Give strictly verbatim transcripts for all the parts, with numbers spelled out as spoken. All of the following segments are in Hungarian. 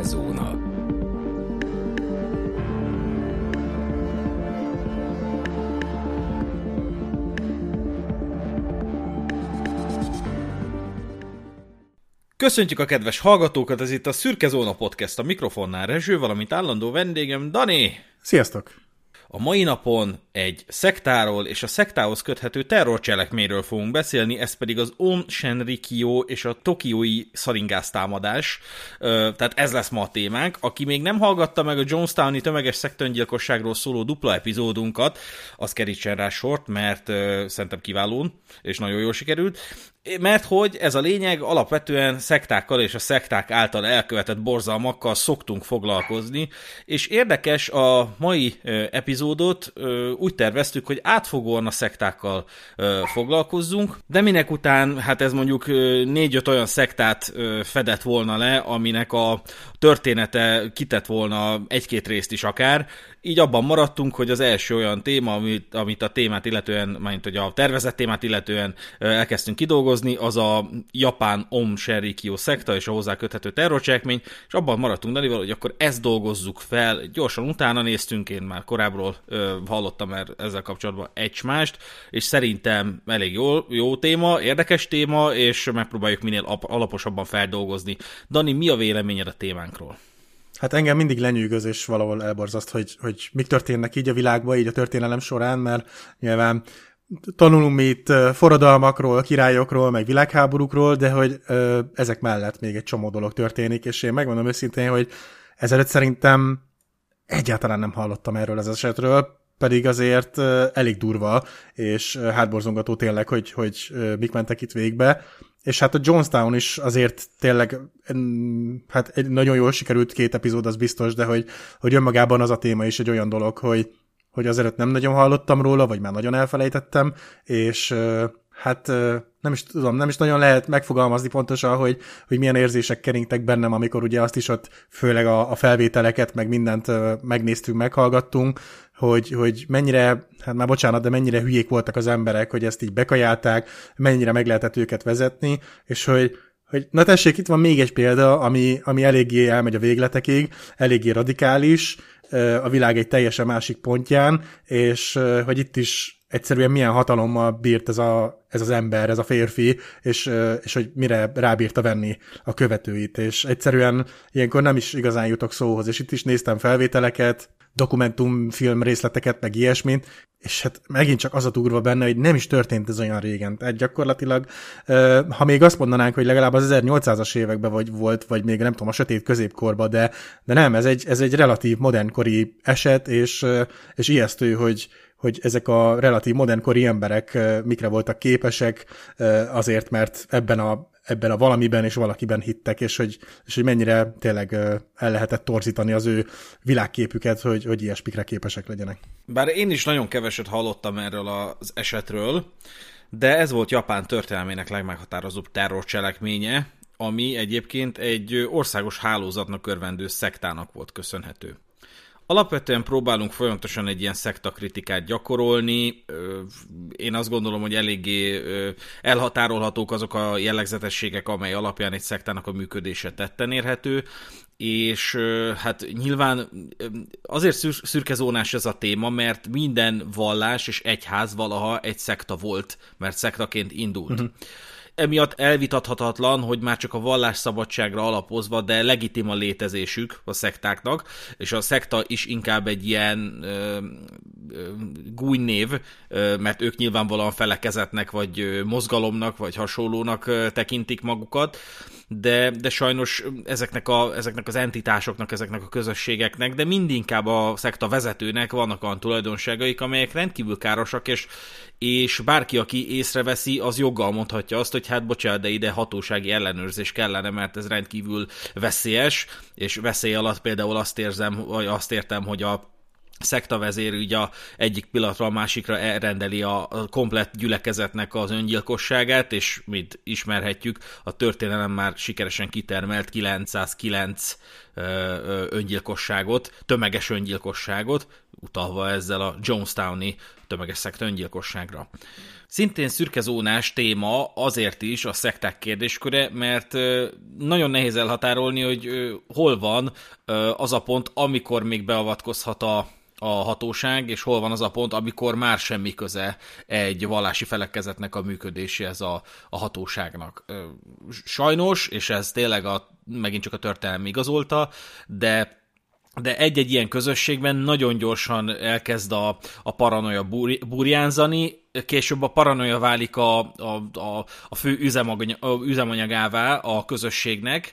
Szürkezóna. Köszöntjük a kedves hallgatókat, ez itt a Szürkezóna podcast, a mikrofonnál Rezső, valamint állandó vendégem Dani. Sziasztok! A mai napon egy szektáról és a szektához köthető terrorcselekményről fogunk beszélni, ez pedig az Aum Shinrikyo és a tokiói szaringásztámadás. Tehát ez lesz ma a témánk. Aki még nem hallgatta meg a Jonestowni tömeges szektaöngyilkosságról szóló dupla epizódunkat, az kerítsen rá sort, mert szerintem kiválón, és nagyon jól sikerült. Mert hogy ez a lényeg, alapvetően szektákkal és a szekták által elkövetett borzalmakkal szoktunk foglalkozni, és érdekes, a mai epizódot úgy terveztük, hogy átfogóan a szektákkal foglalkozzunk, de minek után, hát ez mondjuk négy-öt olyan szektát fedett volna le, aminek a története kitett volna egy-két részt is akár, így abban maradtunk, hogy az első olyan téma, amit, amit a témát illetően, mint hogy a tervezett témát illetően elkezdtünk kidolgozni, az a japán Aum Shinrikyo szekta és a hozzá köthető terrorcselekmény, és abban maradtunk Danival, hogy akkor ezt dolgozzuk fel. Gyorsan utána néztünk, én már korábbról ö, hallottam már ezzel kapcsolatban egy-mást, és szerintem elég jó, jó téma, érdekes téma, és megpróbáljuk minél alaposabban feldolgozni. Dani, mi a véleményed a témánkról? Hát engem mindig lenyűgöz, és valahol elborzaszt, hogy, hogy mik történnek így a világban, így a történelem során, mert nyilván tanulunk mi itt forradalmakról, királyokról, meg világháborúkról, de hogy ö, ezek mellett még egy csomó dolog történik, és én megmondom őszintén, hogy ezelőtt szerintem egyáltalán nem hallottam erről az esetről, pedig azért ö, elég durva, és ö, hátborzongató tényleg, hogy, hogy ö, mik mentek itt végbe. És hát a Jonestown is azért tényleg hát egy nagyon jól sikerült két epizód, az biztos, de hogy, hogy önmagában az a téma is egy olyan dolog, hogy, hogy azért nem nagyon hallottam róla, vagy már nagyon elfelejtettem, és hát nem is tudom, nem is nagyon lehet megfogalmazni pontosan, hogy, hogy milyen érzések keringtek bennem, amikor ugye azt is ott főleg a, a felvételeket, meg mindent megnéztünk, meghallgattunk, hogy, hogy mennyire, hát már bocsánat, de mennyire hülyék voltak az emberek, hogy ezt így bekajálták, mennyire meg lehetett őket vezetni, és hogy, hogy na tessék, itt van még egy példa, ami, ami eléggé elmegy a végletekig, eléggé radikális, a világ egy teljesen másik pontján, és hogy itt is egyszerűen milyen hatalommal bírt ez, a, ez az ember, ez a férfi, és, és hogy mire rábírta venni a követőit, és egyszerűen ilyenkor nem is igazán jutok szóhoz, és itt is néztem felvételeket, dokumentumfilm részleteket, meg ilyesmit, és hát megint csak az a durva benne, hogy nem is történt ez olyan régen. Tehát gyakorlatilag, ha még azt mondanánk, hogy legalább az ezernyolcszázas években vagy volt, vagy még nem tudom, a sötét középkorban, de, de nem, ez egy, ez egy relatív modernkori eset, és, és ijesztő, hogy, hogy ezek a relatív modernkori emberek mikre voltak képesek, azért, mert ebben a ebben a valamiben és valakiben hittek, és hogy, és hogy mennyire tényleg el lehetett torzítani az ő világképüket, hogy, hogy ilyesmikre képesek legyenek. Bár én is nagyon keveset hallottam erről az esetről, de ez volt Japán történelmének legmeghatározóbb terrorcselekménye, ami egyébként egy országos hálózatnak örvendő szektának volt köszönhető. Alapvetően próbálunk folyamatosan egy ilyen szektakritikát gyakorolni. Én azt gondolom, hogy eléggé elhatárolhatók azok a jellegzetességek, amely alapján egy szektának a működése tetten érhető, és hát nyilván azért szürkezónás ez a téma, mert minden vallás és egyház valaha egy szekta volt, mert szektaként indult. Uh-huh. Emiatt elvitathatatlan, hogy már csak a vallásszabadságra alapozva, de legitim a létezésük a szektáknak, és a szekta is inkább egy ilyen ö, ö, gúnynév, ö, mert ők nyilvánvalóan felekezetnek, vagy ö, mozgalomnak, vagy hasonlónak ö, tekintik magukat, de, de sajnos ezeknek, a, ezeknek az entitásoknak, ezeknek a közösségeknek, de mindinkább a szekta vezetőnek vannak olyan tulajdonságaik, amelyek rendkívül károsak, és, és bárki, aki észreveszi, az joggal mondhatja azt, hogy hát bocsánat, de ide hatósági ellenőrzés kellene, mert ez rendkívül veszélyes, és veszély alatt például azt érzem, vagy azt értem, hogy a szektavezér ugye a egyik pillanatra a másikra elrendeli a komplett gyülekezetnek az öngyilkosságát, és mint ismerhetjük, a történelem már sikeresen kitermelt kilencszázkilenc öngyilkosságot, tömeges öngyilkosságot, utalva ezzel a Jonestowni tömeges szekta öngyilkosságra. Szintén szürkezónás téma azért is a szekták kérdésköre, mert nagyon nehéz elhatárolni, hogy hol van az a pont, amikor még beavatkozhat a, a hatóság, és hol van az a pont, amikor már semmi köze egy vallási felekezetnek a működéséhez a, a hatóságnak. Sajnos, és ez tényleg a, megint csak a történelem igazolta, de de egy-egy ilyen közösségben nagyon gyorsan elkezd a, a paranoia búri, burjánzani, később a paranoia válik a, a, a, a fő üzemanyag, üzemanyagává a közösségnek,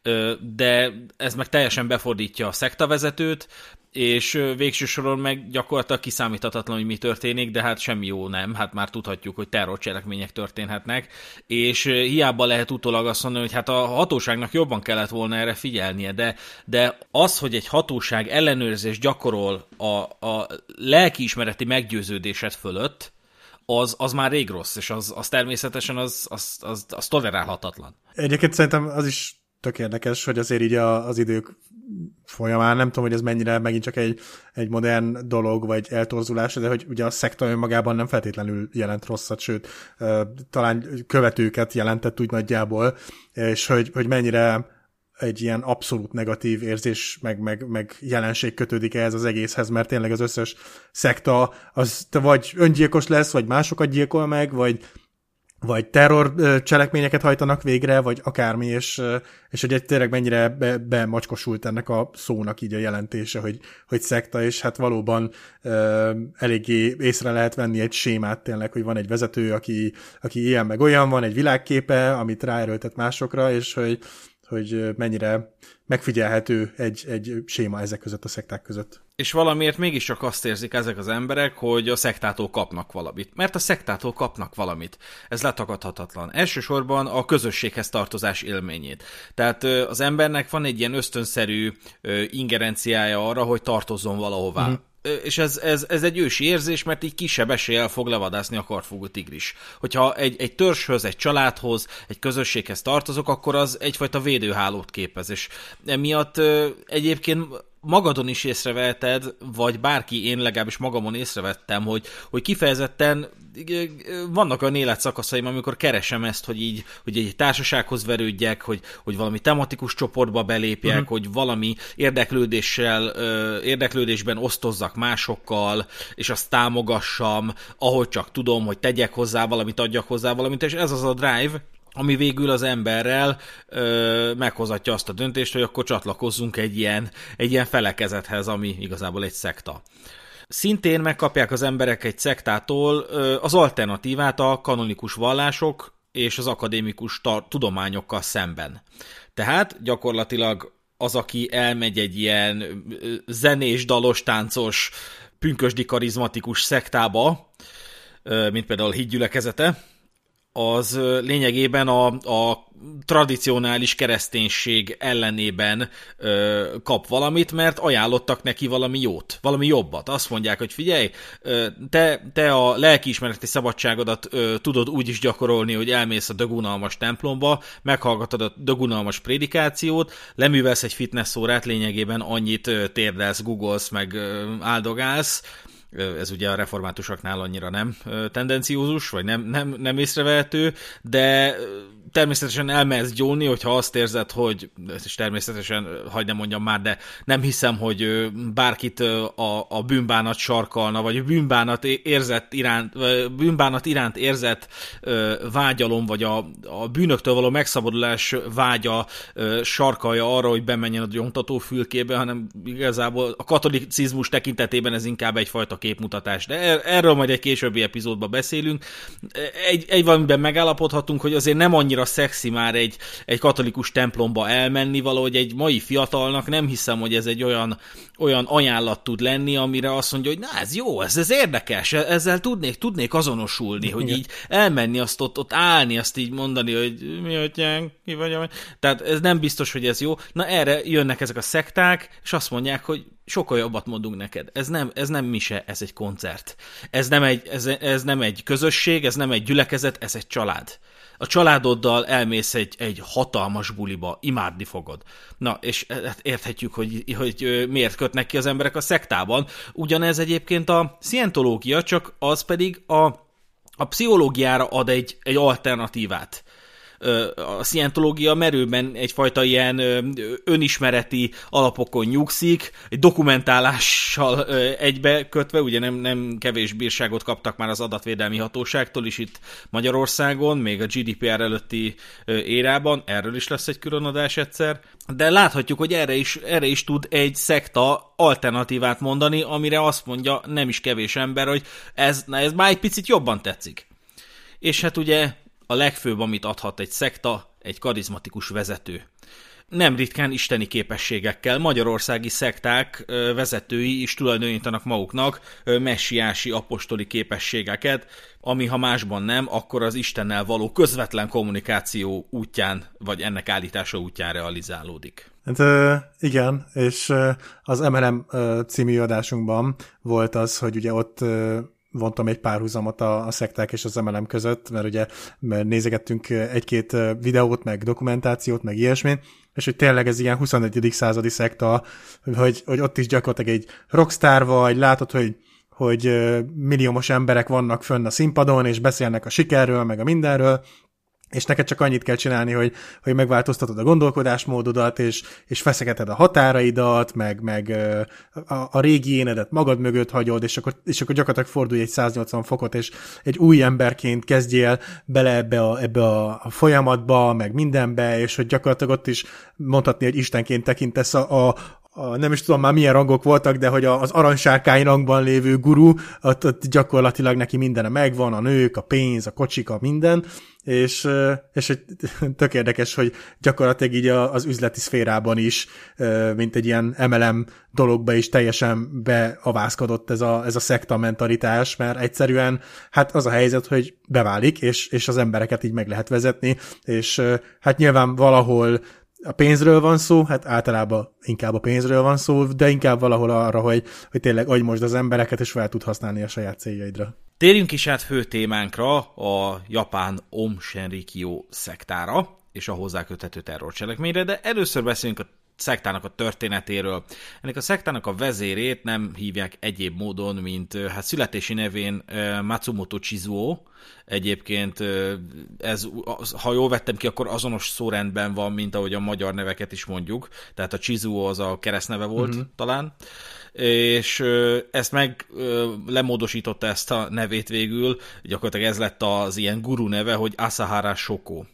de ez meg teljesen befordítja a szektavezetőt, és végső soron meg gyakorlatilag kiszámíthatatlan, hogy mi történik, de hát semmi jó nem, hát már tudhatjuk, hogy terrorcselekmények történhetnek, és hiába lehet utólag azt mondani, hogy hát a hatóságnak jobban kellett volna erre figyelnie, de, de az, hogy egy hatóság ellenőrzést gyakorol a, a lelkiismereti meggyőződésed fölött, az, az már rég rossz, és az, az természetesen az, az, az, az tolerálhatatlan. Egyébként szerintem az is tök érdekes, hogy azért így a, az idők folyamán, nem tudom, hogy ez mennyire megint csak egy, egy modern dolog, vagy eltorzulás, de hogy ugye a szekta önmagában nem feltétlenül jelent rosszat, sőt, talán követőket jelentett úgy nagyjából, és hogy, hogy mennyire egy ilyen abszolút negatív érzés, meg, meg, meg jelenség kötődik ehhez az egészhez, mert tényleg az összes szekta az vagy öngyilkos lesz, vagy másokat gyilkol meg, vagy vagy terror cselekményeket hajtanak végre, vagy akármi, és, és hogy egy tényleg mennyire be, bemacskosult ennek a szónak így a jelentése, hogy, hogy szekta, és hát valóban uh, eléggé észre lehet venni egy sémát tényleg, hogy van egy vezető, aki, aki ilyen meg olyan, van egy világképe, amit ráerőltet másokra, és hogy, hogy mennyire megfigyelhető egy, egy séma ezek között a szekták között. És valamiért mégiscsak azt érzik ezek az emberek, hogy a szektától kapnak valamit. Mert a szektától kapnak valamit. Ez letagadhatatlan. Elsősorban a közösséghez tartozás élményét. Tehát az embernek van egy ilyen ösztönszerű ingerenciája arra, hogy tartozzon valahová. Mm. És ez, ez, ez egy ősi érzés, mert így kisebb eséllyel fog levadászni a kartfogó tigris. Hogyha egy, egy törzshöz, egy családhoz, egy közösséghez tartozok, akkor az egyfajta védőhálót képez. És emiatt egyébként magadon is észreveheted, vagy bárki, én legalábbis magamon észrevettem, hogy, hogy kifejezetten vannak olyan életszakaszaim, amikor keresem ezt, hogy így, hogy egy társasághoz verődjek, hogy, hogy valami tematikus csoportba belépjek, uh-huh. hogy valami érdeklődéssel, érdeklődésben osztozzak másokkal, és azt támogassam, ahogy csak tudom, hogy tegyek hozzá valamit, adjak hozzá valamit, és ez az a drive, ami végül az emberrel ö, meghozatja azt a döntést, hogy akkor csatlakozzunk egy ilyen, egy ilyen felekezethez, ami igazából egy szekta. Szintén megkapják az emberek egy szektától ö, az alternatívát a kanonikus vallások és az akadémikus tar- tudományokkal szemben. Tehát gyakorlatilag az, aki elmegy egy ilyen zenés, dalos, táncos, pünkösdi karizmatikus szektába, ö, mint például hídgyülekezete, az lényegében a, a tradicionális kereszténység ellenében ö, kap valamit, mert ajánlottak neki valami jót, valami jobbat. Azt mondják, hogy figyelj, te, te a lelkiismereti szabadságodat ö, tudod úgy is gyakorolni, hogy elmész a dögunalmas templomba, meghallgatod a dögunalmas prédikációt, leművelsz egy fitness órát, lényegében annyit ö, térdelsz, googolsz, meg ö, áldogálsz. Ez ugye a reformátusoknál annyira nem tendenciózus, vagy nem, nem, nem észrevehető, de természetesen elmehetsz gyónni, hogyha azt érzed, hogy, és természetesen, hagyd nem mondjam már, de nem hiszem, hogy bárkit a, a bűnbánat sarkalna, vagy a bűnbánat érzett iránt, bűnbánat iránt érzett vágyalom, vagy a, a bűnöktől való megszabadulás vágya sarkalja arra, hogy bemenjen a gyóntató fülkébe, hanem igazából a katolicizmus tekintetében ez inkább egyfajta képmutatás. De erről majd egy későbbi epizódban beszélünk. Egy, egy valamiben megállapodhatunk, hogy azért nem annyira szexi már egy, egy katolikus templomba elmenni, valahogy egy mai fiatalnak nem hiszem, hogy ez egy olyan, olyan ajánlat tud lenni, amire azt mondja, hogy na ez jó, ez, ez érdekes, ezzel tudnék, tudnék azonosulni, hogy így elmenni, azt ott, ott állni, azt így mondani, hogy mi atyánk, ki vagy, tehát ez nem biztos, hogy ez jó. Na erre jönnek ezek a szekták, és azt mondják, hogy sokkal jobbat mondunk neked. Ez nem, ez nem mise, ez egy koncert. Ez nem egy, ez, ez nem egy közösség, ez nem egy gyülekezet, ez egy család. A családoddal elmész egy, egy hatalmas buliba, imádni fogod. Na, és érthetjük, hogy, hogy miért kötnek ki az emberek a szektában. Ugyanez egyébként a szientológia, csak az pedig a, a pszichológiára ad egy, egy alternatívát. A szientológia merőben egyfajta ilyen önismereti alapokon nyugszik, egy dokumentálással egybe kötve, ugye nem, nem kevés bírságot kaptak már az adatvédelmi hatóságtól is itt Magyarországon, még a gé dé pé er előtti érában, erről is lesz egy külön adás egyszer, de láthatjuk, hogy erre is, erre is tud egy szekta alternatívát mondani, amire azt mondja nem is kevés ember, hogy ez, na ez már egy picit jobban tetszik. És hát ugye a legfőbb, amit adhat egy szekta, egy karizmatikus vezető. Nem ritkán isteni képességekkel. Magyarországi szekták vezetői is tulajdonítanak maguknak messiási apostoli képességeket, ami ha másban nem, akkor az Istennel való közvetlen kommunikáció útján, vagy ennek állítása útján realizálódik. Hát igen, és az em el em című adásunkban volt az, hogy ugye ott vontam egy párhuzamot a, a szekták és az em el em között, mert ugye mert nézegettünk egy-két videót, meg dokumentációt, meg ilyesmit, és hogy tényleg ez ilyen huszonegyedik századi szekta, hogy, hogy ott is gyakorlatilag egy rockstar vagy, látod, hogy, hogy milliómos emberek vannak fönn a színpadon, és beszélnek a sikerről, meg a mindenről, és neked csak annyit kell csinálni, hogy, hogy megváltoztatod a gondolkodásmódodat, és, és feszegeted a határaidat, meg, meg a, a régi énedet magad mögött hagyod, és akkor, és akkor gyakorlatilag fordulj egy száznyolcvan fokot, és egy új emberként kezdjél bele ebbe a, ebbe a folyamatba, meg mindenbe, és hogy gyakorlatilag ott is mondhatni, hogy istenként tekintesz a, a A, nem is tudom már milyen rangok voltak, de hogy az aranysárkány rangban lévő guru, ott, ott gyakorlatilag neki mindene megvan, a nők, a pénz, a kocsik, a minden, és, és tök érdekes, hogy gyakorlatilag így az üzleti szférában is, mint egy ilyen em el em dologba is teljesen beavászkodott ez a, ez a szekta mentalitás, mert egyszerűen hát az a helyzet, hogy beválik, és, és az embereket így meg lehet vezetni, és hát nyilván valahol a pénzről van szó, hát általában inkább a pénzről van szó, de inkább valahol arra, hogy, hogy tényleg agymosd az embereket, és fel tud használni a saját céljaidra. Térjünk is át fő témánkra, a japán Aum Shinrikyo szektára, és a hozzá köthető terrorcselekményre, de először beszélünk a szektának a történetéről. Ennek a szektának a vezérét nem hívják egyéb módon, mint hát születési nevén Matsumoto Chizuo. Egyébként ez, ha jól vettem ki, akkor azonos szórendben van, mint ahogy a magyar neveket is mondjuk. Tehát a Chizuo az a keresztneve volt uh-huh. talán. És ezt meg lemódosította ezt a nevét végül, gyakorlatilag ez lett az ilyen guru neve, hogy Asahara Shoko.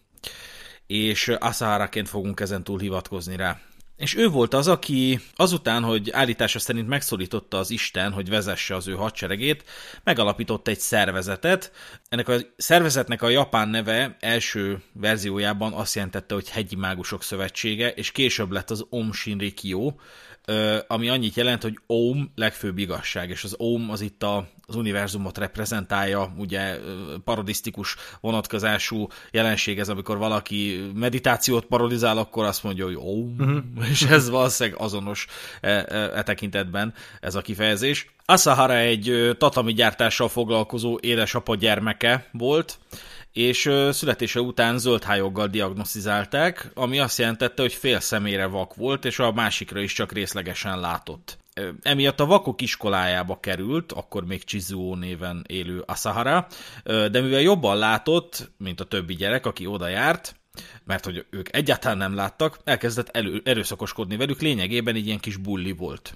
És Asaharaként fogunk ezentúl hivatkozni rá. És ő volt az, aki azután, hogy állítása szerint megszólította az Isten, hogy vezesse az ő hadseregét, megalapított egy szervezetet. Ennek a szervezetnek a japán neve első verziójában azt jelentette, hogy Hegyi Mágusok Szövetsége, és később lett az Aum Shinrikyo, ami annyit jelent, hogy Aum legfőbb igazság, és az Aum az itt a, az univerzumot reprezentálja, ugye parodisztikus vonatkozású jelenség ez, amikor valaki meditációt parodizál, akkor azt mondja, hogy Aum, uh-huh. és ez valószínűleg azonos e, e, e tekintetben ez a kifejezés. Asahara egy tatami gyártással foglalkozó édesapa gyermeke volt, és születése után zöldhályoggal diagnosztizálták, ami azt jelentette, hogy fél szemére vak volt, és a másikra is csak részlegesen látott. Emiatt a vakok iskolájába került, akkor még Chizuo néven élő Asahara, de mivel jobban látott, mint a többi gyerek, aki oda járt, mert hogy ők egyáltalán nem láttak, elkezdett elő, erőszakoskodni velük, lényegében egy ilyen kis bulli volt.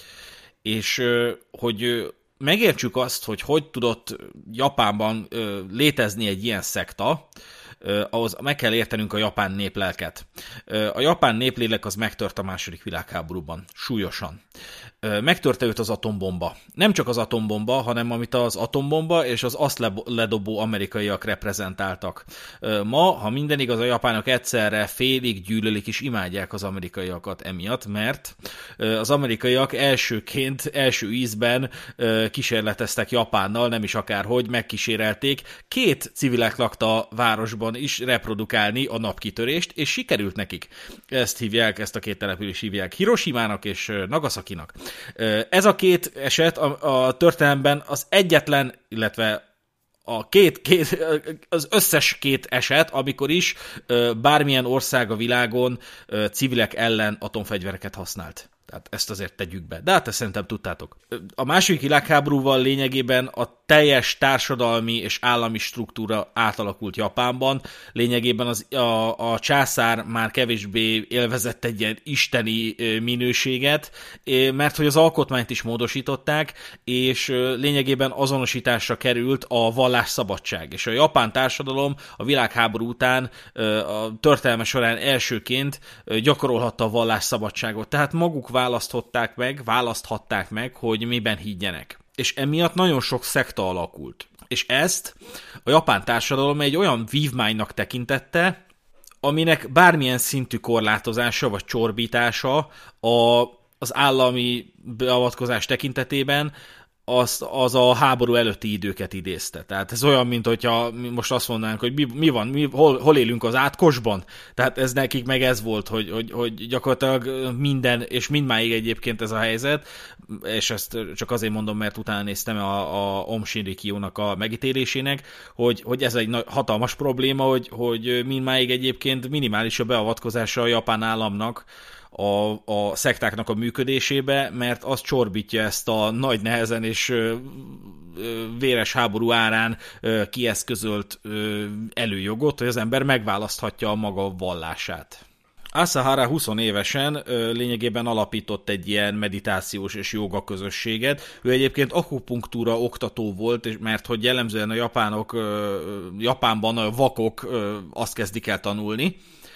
És hogy megértsük azt, hogy hogy tudott Japánban ö, létezni egy ilyen szekta, ö, ahhoz meg kell értenünk a japán néplelket. Ö, a japán néplélek az megtört a második világháborúban, súlyosan. Ö, megtörte őt az atombomba. Nem csak az atombomba, hanem amit az atombomba és az azt ledobó amerikaiak reprezentáltak. Ö, ma, ha minden igaz, a japánok egyszerre félig gyűlölik és imádják az amerikaiakat emiatt, mert ö, az amerikaiak elsőként, első ízben ö, kísérleteztek Japánnal, nem is akárhogy, megkísérelték. Két civilek lakta a városban is reprodukálni a napkitörést, és sikerült nekik. Ezt hívják, ezt a két települést hívják Hiroshimának és Nagasakinak. Ez a két eset a, a történelemben az egyetlen, illetve a két, két, az összes két eset, amikor is bármilyen ország a világon civilek ellen atomfegyvereket használt. Tehát ezt azért tegyük be. De hát ezt szerintem tudtátok. A második világháborúval lényegében a teljes társadalmi és állami struktúra átalakult Japánban. Lényegében az, a, a császár már kevésbé élvezett egy ilyen isteni minőséget, mert hogy az alkotmányt is módosították, és lényegében azonosításra került a vallásszabadság. És a japán társadalom a világháború után a történelme során elsőként gyakorolhatta a vallásszabadságot. Tehát maguk választhatták meg, választhatták meg, hogy miben higgyenek. És emiatt nagyon sok szekta alakult. És ezt a japán társadalom egy olyan vívmánynak tekintette, aminek bármilyen szintű korlátozása vagy csorbítása a, az állami beavatkozás tekintetében az, az a háború előtti időket idézte. Tehát ez olyan, mint hogyha most azt mondanánk, hogy mi, mi van, mi, hol, hol élünk az átkosban. Tehát ez nekik meg ez volt, hogy, hogy, hogy gyakorlatilag minden, és mindmáig egyébként ez a helyzet, és ezt csak azért mondom, mert utána néztem a, a Aum Shinrikyo-nak a megítélésének, hogy, hogy ez egy hatalmas probléma, hogy, hogy mindmáig egyébként minimális a beavatkozása a japán államnak A, a szektáknak a működésébe, mert az csorbítja ezt a nagy nehezen és ö, ö, véres háború árán ö, kieszközölt ö, előjogot, hogy az ember megválaszthatja a maga vallását. Asahara húsz évesen ö, lényegében alapított egy ilyen meditációs és jóga közösséget. Ő egyébként akupunktúra oktató volt, és mert hogy jellemzően a japánok, ö, Japánban a vakok ö, azt kezdik el tanulni,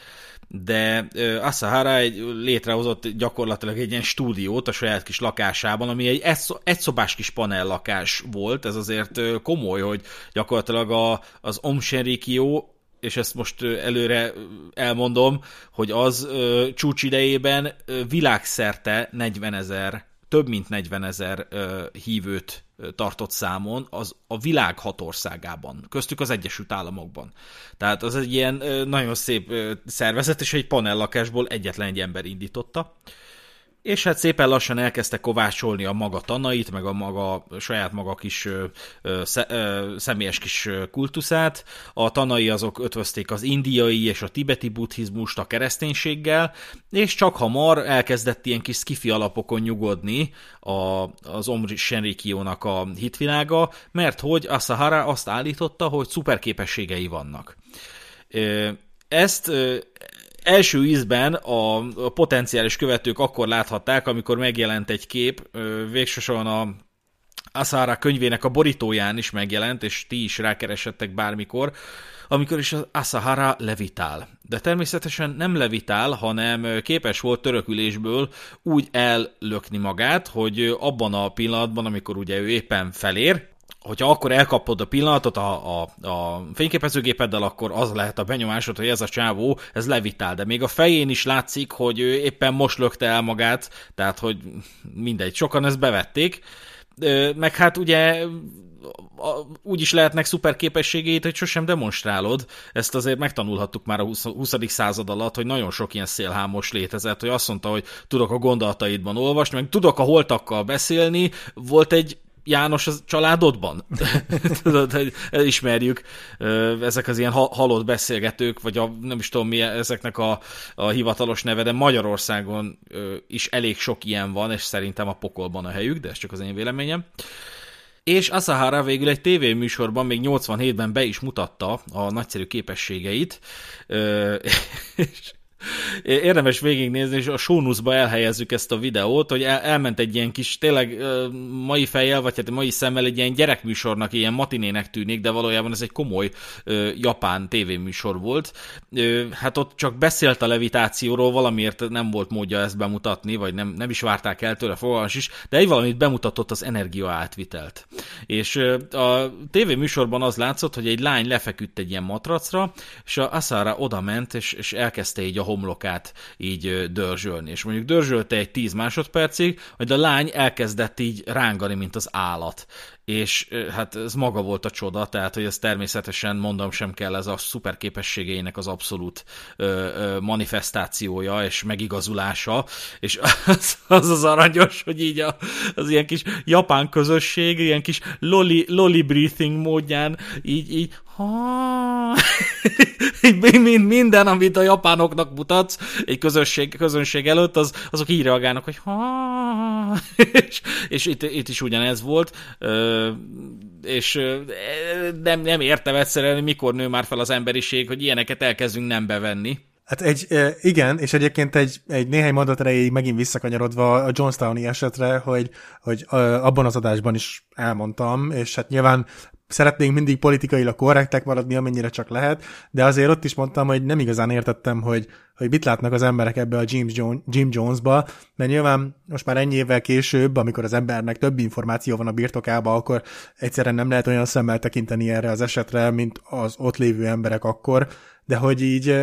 de uh, Asahara egy, létrehozott gyakorlatilag egy ilyen stúdiót a saját kis lakásában, ami egy egyszobás kis panel lakás volt. Ez azért uh, komoly, hogy gyakorlatilag a, az Aum Shinrikyo, és ezt most uh, előre elmondom, hogy az uh, csúcs idejében uh, világszerte negyvenezer, több mint negyvenezer uh, hívőt tartott számon az a világ hat országában, köztük az Egyesült Államokban. Tehát az egy ilyen nagyon szép szervezet, és egy panellakásból egyetlen egy ember indította. És hát szépen lassan elkezdte kovácsolni a maga tanait, meg a maga saját maga kis ö, ö, személyes kis kultuszát. A tanai azok ötvözték az indiai és a tibeti buddhizmust a kereszténységgel, és csak hamar elkezdett ilyen kis szkifi alapokon nyugodni a, az Aum Shinrikyo-nak a hitvilága, mert hogy Asahara azt állította, hogy szuperképességei vannak. Ezt első ízben a potenciális követők akkor láthatták, amikor megjelent egy kép, végsősorban a Asahara könyvének a borítóján is megjelent, és ti is rákeresettek bármikor, amikor is az Asahara levitál. De természetesen nem levitál, hanem képes volt törökülésből úgy ellökni magát, hogy abban a pillanatban, amikor ugye ő éppen felér, hogyha akkor elkapod a pillanatot a, a, a fényképezőgépeddel, akkor az lehet a benyomásod, hogy ez a csávó, ez levitál. De még a fején is látszik, hogy ő éppen most lökte el magát, tehát hogy mindegy, sokan ezt bevették. Meg hát ugye úgy is lehetnek szuperképességeit, hogy sosem demonstrálod. Ezt azért megtanulhattuk már a huszadik század alatt, hogy nagyon sok ilyen szélhámos létezett, hogy azt mondta, hogy tudok a gondolataidban olvasni, meg tudok a holtakkal beszélni. Volt egy János a családodban? Tudod, hogy ismerjük ezek az ilyen halott beszélgetők, vagy a, nem is tudom mi ezeknek a, a hivatalos neve, de Magyarországon is elég sok ilyen van, és szerintem a pokolban a helyük, de ez csak az én véleményem. És Asahara végül egy tévéműsorban még nyolcvanhétben be is mutatta a nagyszerű képességeit, és érdemes végignézni, és a show notes-ba elhelyezzük ezt a videót, hogy el, elment egy ilyen kis, tényleg mai fejjel, vagy hát mai szemmel egy ilyen gyerekműsornak, ilyen matinének tűnik, de valójában ez egy komoly ö, japán tévéműsor volt. Ö, hát ott csak beszélt a levitációról, valamiért nem volt módja ezt bemutatni, vagy nem, nem is várták el tőle, fogalmas is, de egy valamit bemutatott, az energia átvitelt. És ö, a tévéműsorban az látszott, hogy egy lány lefeküdt egy ilyen matracra, és a Asahara oda ment, és, és elkezdte így a homlokát így dörzsölni. És mondjuk dörzsölte egy tíz másodpercig, majd a lány elkezdett így rángani, mint az állat. És hát ez maga volt a csoda, tehát hogy ez természetesen mondom sem kell, ez a szuper képességeinek az abszolút ö, ö, manifestációja és megigazulása, és az az, az aranyos, hogy így a, az ilyen kis japán közösség, ilyen kis loli, loli breathing módján így, így ha minden, amit a japánoknak mutatsz egy közösség, közönség előtt, az, azok így reagálnak, hogy ha és, és itt, itt is ugyanez volt, és nem, nem értem egyszerűen, hogy mikor nő már fel az emberiség, hogy ilyeneket elkezdünk nem bevenni. Hát egy, igen, és egyébként egy, egy néhány mondat erejéig megint visszakanyarodva a Johnstowni esetre, hogy, hogy abban az adásban is elmondtam, és hát nyilván szeretnénk mindig politikailag korrektek maradni, amennyire csak lehet, de azért ott is mondtam, hogy nem igazán értettem, hogy, hogy mit látnak az emberek ebbe a Jim, Jones, Jim Jonesba, mert nyilván most már ennyi évvel később, amikor az embernek több információ van a birtokában, akkor egyszerűen nem lehet olyan szemmel tekinteni erre az esetre, mint az ott lévő emberek akkor, de hogy így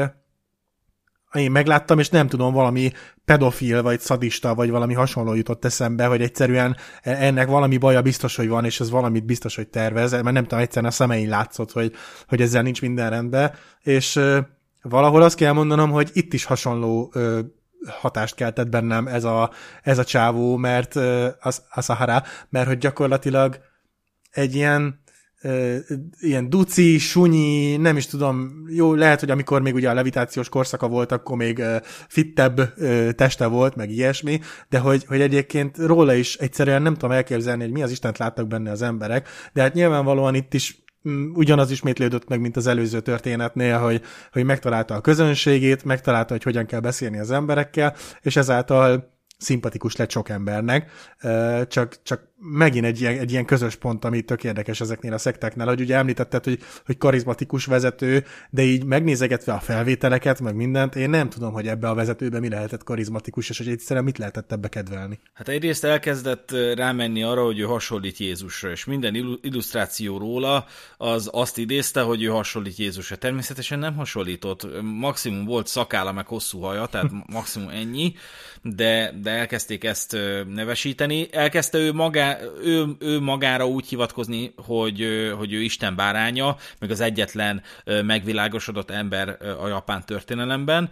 én megláttam, és nem tudom, valami pedofil, vagy szadista, vagy valami hasonló jutott eszembe, hogy egyszerűen ennek valami baja biztos, hogy van, és ez valamit biztos, hogy tervez, mert nem tudom, egyszerűen a szemein látszott, hogy, hogy ezzel nincs minden rendben, és uh, valahol azt kell mondanom, hogy itt is hasonló uh, hatást keltett bennem ez a, ez a csávó, mert uh, az, Asahara, mert hogy gyakorlatilag egy ilyen Uh, ilyen duci, sunyi, nem is tudom, jó, lehet, hogy amikor még ugye a levitációs korszaka volt, akkor még uh, fittebb uh, teste volt, meg ilyesmi, de hogy, hogy egyébként róla is egyszerűen nem tudom elképzelni, hogy mi az Istent láttak benne az emberek, de hát nyilvánvalóan itt is um, ugyanaz ismétlődött meg, mint az előző történetnél, hogy, hogy megtalálta a közönségét, megtalálta, hogy hogyan kell beszélni az emberekkel, és ezáltal szimpatikus lett sok embernek, csak, csak megint egy ilyen, egy ilyen közös pont, ami tök érdekes ezeknél a szektáknál, hogy ugye említetted, hogy, hogy karizmatikus vezető, de így megnézegetve a felvételeket, meg mindent, én nem tudom, hogy ebbe a vezetőbe mi lehetett karizmatikus, és hogy egyszerűen mit lehetett ebbe kedvelni. Hát egyrészt elkezdett rámenni arra, hogy ő hasonlít Jézusra, és minden illusztráció róla az azt idézte, hogy ő hasonlít Jézusra. Természetesen nem hasonlított, maximum volt szakálla, meg hosszú haja, tehát maximum ennyi, de, de elkezdték ezt nevesíteni. Elkezdte ő, magá, ő, ő magára úgy hivatkozni, hogy, hogy ő Isten báránya, meg az egyetlen megvilágosodott ember a japán történelemben.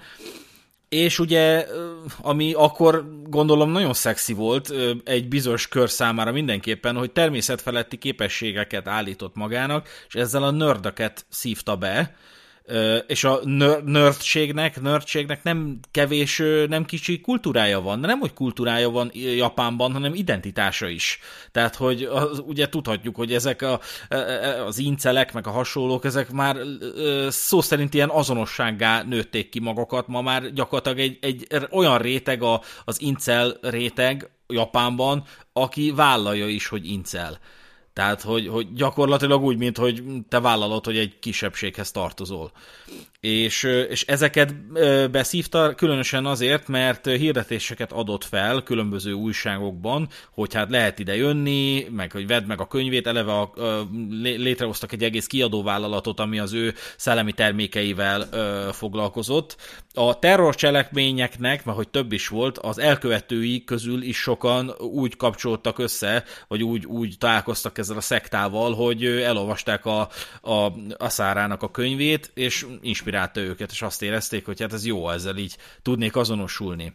És ugye, ami akkor gondolom nagyon szexi volt egy bizonyos kör számára mindenképpen, hogy természetfeletti képességeket állított magának, és ezzel a nördöket szívta be, és a nerdségnek, nerdségnek nem kevés, nem kicsi kultúrája van, de nem, hogy kultúrája van Japánban, hanem identitása is. Tehát, hogy az, ugye tudhatjuk, hogy ezek a, az incelek, meg a hasonlók, ezek már szó szerint ilyen azonossággá nőtték ki magukat, ma már gyakorlatilag egy, egy olyan réteg a, az incel réteg Japánban, aki vállalja is, hogy incel. Tehát, hogy, hogy gyakorlatilag úgy, mint hogy te vállalod, hogy egy kisebbséghez tartozol. És, és ezeket beszívta különösen azért, mert hirdetéseket adott fel különböző újságokban, hogy hát lehet ide jönni, meg hogy vedd meg a könyvét, eleve a, a, létrehoztak egy egész kiadóvállalatot, ami az ő szellemi termékeivel ö, foglalkozott. A terrorcselekményeknek, mert hogy több is volt, az elkövetői közül is sokan úgy kapcsoltak össze, vagy úgy, úgy találkoztak ezzel a szektával, hogy elolvasták a, a Asaharának a könyvét, és inspirálta őket, és azt érezték, hogy hát ez jó, ezzel így tudnék azonosulni.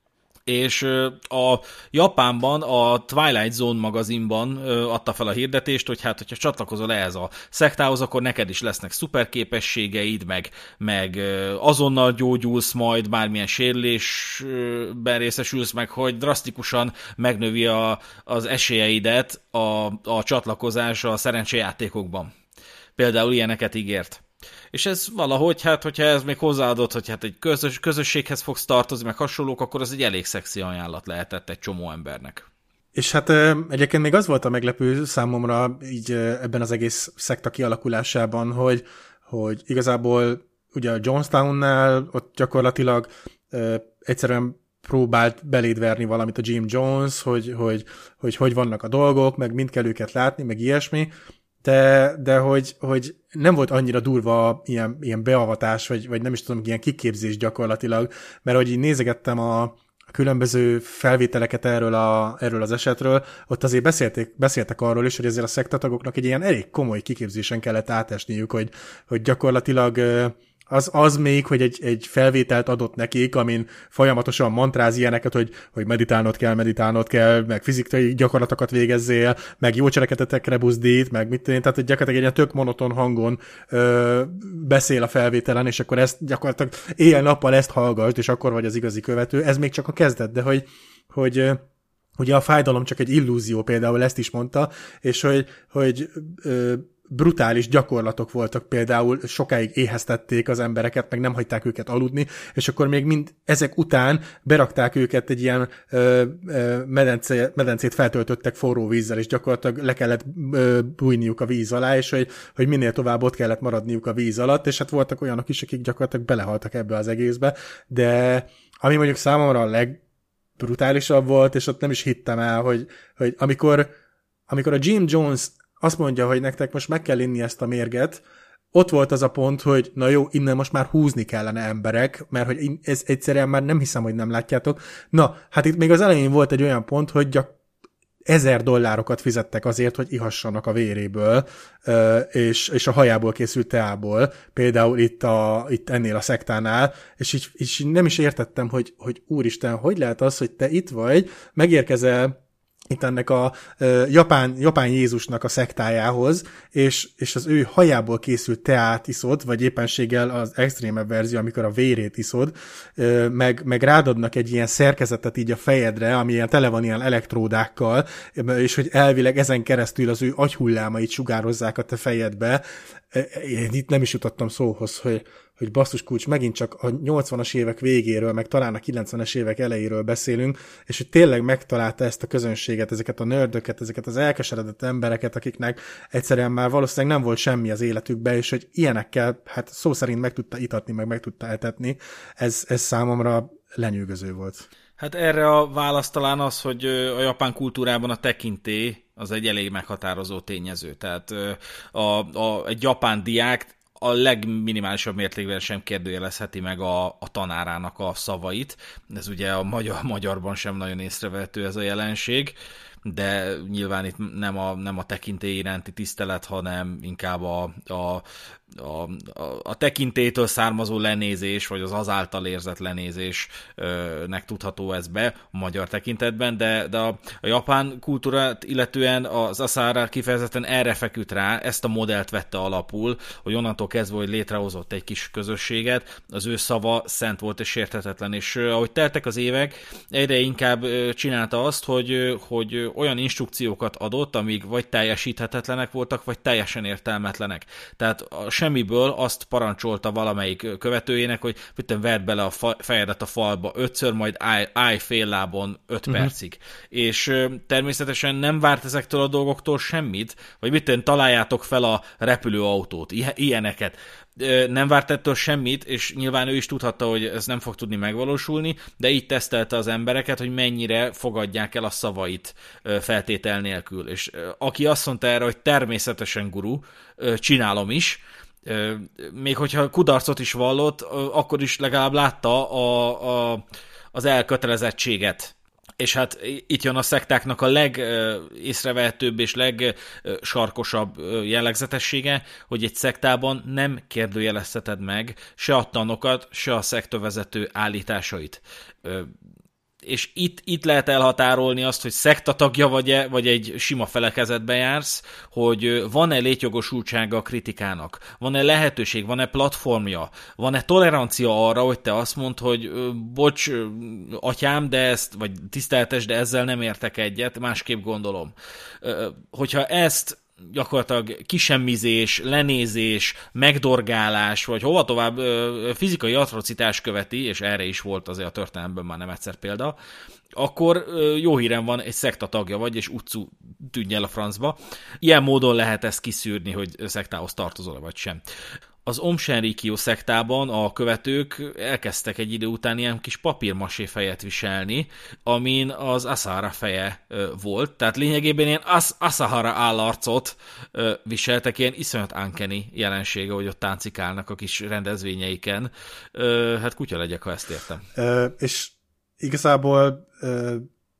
És a Japánban a Twilight Zone magazinban adta fel a hirdetést, hogy hát, hogyha csatlakozol ehhez a szektához, akkor neked is lesznek szuperképességeid, meg, meg azonnal gyógyulsz majd, bármilyen sérülésben részesülsz, meg hogy drasztikusan megnövi a, az esélyeidet a, a csatlakozás a szerencsejátékokban. Például ilyeneket ígért. És ez valahogy, hát, hogyha ez még hozzáadott, hogy hát egy közös, közösséghez fogsz tartozni, meg hasonlók, akkor az egy elég szexi ajánlat lehetett egy csomó embernek. És hát egyébként még az volt a meglepő számomra így ebben az egész szekta kialakulásában, hogy, hogy igazából ugye a Johnstownnál ott gyakorlatilag egyszerűen próbált beléd verni valamit a Jim Jones, hogy hogy, hogy hogy vannak a dolgok, meg mind kell őket látni, meg ilyesmi, de, de hogy, hogy nem volt annyira durva ilyen, ilyen beavatás, vagy, vagy nem is tudom, ilyen kiképzés gyakorlatilag, mert hogy így nézegettem a különböző felvételeket erről, a, erről az esetről, ott azért beszélték, beszéltek arról is, hogy ezért a szektatagoknak egy ilyen elég komoly kiképzésen kellett átesniük, hogy, hogy gyakorlatilag az, az még, hogy egy, egy felvételt adott nekik, amin folyamatosan mantráz ilyeneket, hogy, hogy meditálnod kell, meditálnod kell, meg fizikai gyakorlatokat végezzél, meg jó cselekedetekre buzdít, meg mit tenni, tehát gyakorlatilag egy ilyen tök monoton hangon ö, beszél a felvételen, és akkor ezt gyakorlatilag éjjel-nappal ezt hallgass, és akkor vagy az igazi követő. Ez még csak a kezdet, de hogy, hogy ugye a fájdalom csak egy illúzió, például ezt is mondta, és hogy, hogy ö, brutális gyakorlatok voltak, például sokáig éheztették az embereket, meg nem hagyták őket aludni, és akkor még mind ezek után berakták őket egy ilyen ö, ö, medence, medencét feltöltöttek forró vízzel, és gyakorlatilag le kellett ö, bújniuk a víz alá, és hogy, hogy minél tovább ott kellett maradniuk a víz alatt, és hát voltak olyanok is, akik gyakorlatilag belehaltak ebbe az egészbe, de ami mondjuk számomra a legbrutálisabb volt, és ott nem is hittem el, hogy, hogy amikor, amikor a Jim Jones azt mondja, hogy nektek most meg kell inni ezt a mérget, ott volt az a pont, hogy na jó, innen most már húzni kellene emberek, mert hogy ez egyszerűen már nem hiszem, hogy nem látjátok. Na, hát itt még az elején volt egy olyan pont, hogy gyak ezer dollárokat fizettek azért, hogy ihassanak a véréből, és, és a hajából készült teából, például itt, a, itt ennél a szektánál, és így, így nem is értettem, hogy, hogy úristen, hogy lehet az, hogy te itt vagy, megérkezel itt ennek a uh, japán, japán Jézusnak a szektájához, és, és az ő hajából készült teát iszod, vagy éppenséggel az extrémebb verzió, amikor a vérét iszod, uh, meg, meg rádadnak egy ilyen szerkezetet így a fejedre, ami ilyen tele van ilyen elektródákkal, és hogy elvileg ezen keresztül az ő agyhullámait sugározzák a te fejedbe. Én itt nem is jutottam szóhoz, hogy hogy basszus kulcs, megint csak a nyolcvanas évek végéről, meg talán a kilencvenes évek elejéről beszélünk, és hogy tényleg megtalálta ezt a közönséget, ezeket a nördöket, ezeket az elkeseredett embereket, akiknek egyszerűen már valószínűleg nem volt semmi az életükben, és hogy ilyenekkel, hát szó szerint meg tudta itatni, meg meg tudta etetni, ez, ez számomra lenyűgöző volt. Hát erre a válasz talán az, hogy a japán kultúrában a tekintély az egy elég meghatározó tényező. Tehát a, a, egy japán diák a legminimálisabb mértékben sem kérdőjelezheti meg a, a tanárának a szavait. Ez ugye a magyar, magyarban sem nagyon észrevehető ez a jelenség, de nyilván itt nem a, nem a tekintély iránti tisztelet, hanem inkább a, a, a, a tekintélytől származó lenézés, vagy az azáltal érzett lenézésnek tudható ez be a magyar tekintetben, de, de a, a japán kultúrát illetően az Asahara kifejezetten erre feküdt rá, ezt a modellt vette alapul, hogy onnantól kezdve, hogy létrehozott egy kis közösséget, az ő szava szent volt és sérthetetlen, és ahogy teltek az évek, egyre inkább csinálta azt, hogy, hogy olyan instrukciókat adott, amíg vagy teljesíthetetlenek voltak, vagy teljesen értelmetlenek. Tehát a semmiből azt parancsolta valamelyik követőjének, hogy mit verd bele a fa- fejedet a falba ötször, majd állj, állj fél lábon öt uh-huh. percig. És ö, természetesen nem várt ezektől a dolgoktól semmit, vagy mit találjátok fel a repülőautót, ilyeneket. Nem várt ettől semmit, és nyilván ő is tudhatta, hogy ez nem fog tudni megvalósulni, de így tesztelte az embereket, hogy mennyire fogadják el a szavait feltétel nélkül. És aki azt mondta erre, hogy természetesen guru, csinálom is, még hogyha kudarcot is vallott, akkor is legalább látta a, a, az elkötelezettséget. És hát itt jön a szektáknak a legészrevehetőbb és legsarkosabb jellegzetessége, hogy egy szektában nem kérdőjelezheted meg se a tanokat, se a szektavezető állításait. És itt, itt lehet elhatárolni azt, hogy szektatagja vagy-e, vagy egy sima felekezetbe jársz, hogy van-e létjogosultsága a kritikának, van-e lehetőség, van-e platformja, van-e tolerancia arra, hogy te azt mondd, hogy bocs, atyám, de ezt, vagy tiszteltes, de ezzel nem értek egyet, másképp gondolom. Hogyha ezt gyakorlatilag kisemmizés, lenézés, megdorgálás, vagy hova tovább fizikai atrocitás követi, és erre is volt azért a történelemben már nem egyszer példa, akkor jó hírem van, egy szekta tagja vagy, és utcú tűnj el a francba. Ilyen módon lehet ezt kiszűrni, hogy szektához tartozol vagy sem. Az Aum Shinrikyo szektában a követők elkezdtek egy idő után ilyen kis papírmasé fejet viselni, amin az Asahara feje ö, volt, tehát lényegében ilyen As- Asahara állarcot ö, viseltek, ilyen iszonyat uncanny jelensége, hogy ott táncikálnak a kis rendezvényeiken. Ö, hát kutya legyek, ha ezt értem. Ö, és igazából ö,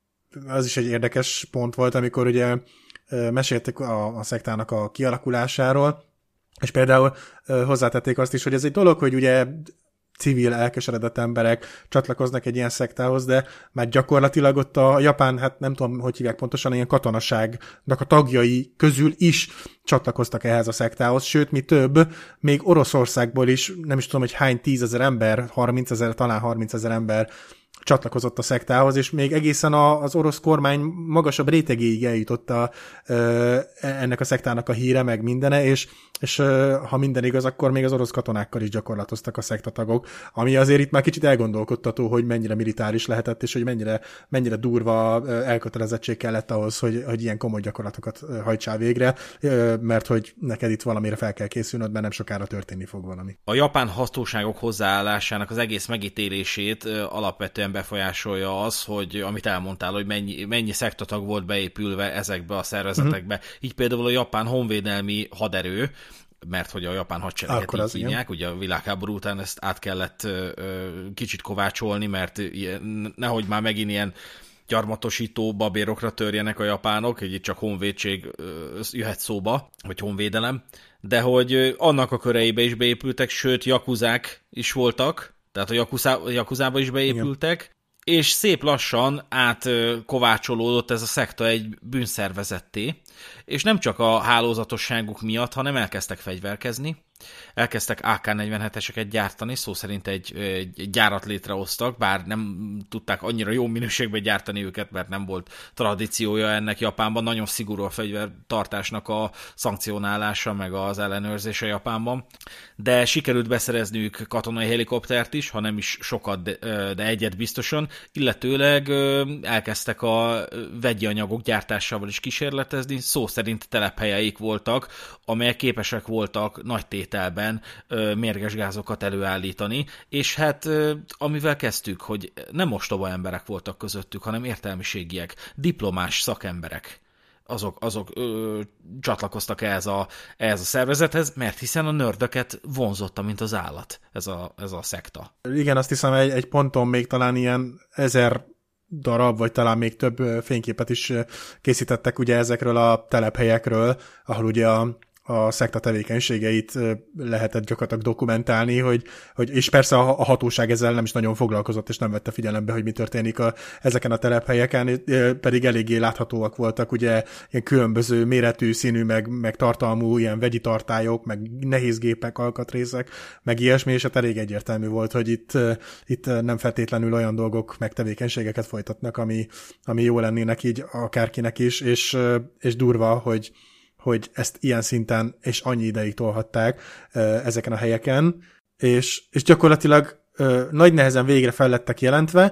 az is egy érdekes pont volt, amikor ugye ö, meséltek a, a szektának a kialakulásáról, és például ö, hozzátették azt is, hogy ez egy dolog, hogy ugye civil, elkeseredett emberek csatlakoznak egy ilyen szektához, de már gyakorlatilag ott a japán, hát nem tudom, hogy hívják pontosan, ilyen katonaságnak a tagjai közül is csatlakoztak ehhez a szektához, sőt, mi több, még Oroszországból is, nem is tudom, hogy hány tízezer ember, harmincezer, talán harmincezer ember csatlakozott a szektához, és még egészen a, az orosz kormány magasabb rétegéig eljutott a, ö, ennek a szektának a híre, meg mindene, és, és ö, ha minden igaz, akkor még az orosz katonákkal is gyakorlatoztak a szektatagok, ami azért itt már kicsit elgondolkodtató, hogy mennyire militáris lehetett, és hogy mennyire, mennyire durva elkötelezettség kellett ahhoz, hogy, hogy ilyen komoly gyakorlatokat hajtsál végre, ö, mert hogy neked itt valamire fel kell készülnöd, mert nem sokára történni fog valami. A japán hatóságok hozzáállásának az egész megítélését ö, alapvetően befolyásolja az, hogy amit elmondtál, hogy mennyi, mennyi szektatag volt beépülve ezekbe a szervezetekbe. Uh-huh. Így például a japán honvédelmi haderő, mert hogy a japán hadsereget így hívják, ugye a világháború után ezt át kellett ö, kicsit kovácsolni, mert ilyen, nehogy már megint ilyen gyarmatosító babérokra törjenek a japánok, így csak honvédség ö, jöhet szóba, vagy honvédelem, de hogy annak a köreibe is beépültek, sőt, jakuzák is voltak, tehát a Yakuza, Yakuzába is beépültek, igen. És szép lassan átkovácsolódott ez a szekta egy bűnszervezetté, és nem csak a hálózatosságuk miatt, hanem elkezdtek fegyverkezni, elkezdtek á ká negyvenheteseket gyártani, szó szerint egy, egy gyárat létrehoztak, bár nem tudták annyira jó minőségben gyártani őket, mert nem volt tradíciója ennek Japánban, nagyon szigorú a fegyvertartásnak a szankcionálása, meg az ellenőrzése Japánban, de sikerült beszerezniük katonai helikoptert is, ha nem is sokat, de, de egyet biztosan, illetőleg elkezdtek a vegyi anyagok gyártásával is kísérletezni, szó szerint telephelyeik voltak, amelyek képesek voltak nagy tételben ö, mérges gázokat előállítani, és hát ö, amivel kezdtük, hogy nem ostoba emberek voltak közöttük, hanem értelmiségiek, diplomás szakemberek. Azok, azok ö, csatlakoztak ehhez a, ehhez a szervezethez, mert hiszen a nördöket vonzotta, mint az állat ez a, ez a szekta. Igen, azt hiszem egy, egy ponton még talán ilyen ezer darab, vagy talán még több fényképet is készítettek ugye ezekről a telephelyekről, ahol ugye a a szekta tevékenységeit lehetett gyakorlatilag dokumentálni, hogy, hogy és persze a, a hatóság ezzel nem is nagyon foglalkozott, és nem vette figyelembe, hogy mi történik a, ezeken a telephelyeken, pedig eléggé láthatóak voltak, ugye ilyen különböző méretű, színű, meg, meg tartalmú ilyen vegyi tartályok, meg nehéz gépek, alkatrészek, meg ilyesmi, és hát elég egyértelmű volt, hogy itt, itt nem feltétlenül olyan dolgok, meg tevékenységeket folytatnak, ami, ami jó lennének így akárkinek is, és, és durva, hogy hogy ezt ilyen szinten és annyi ideig tolhatták uh, ezeken a helyeken, és, és gyakorlatilag uh, nagy nehezen végre fel lettek jelentve,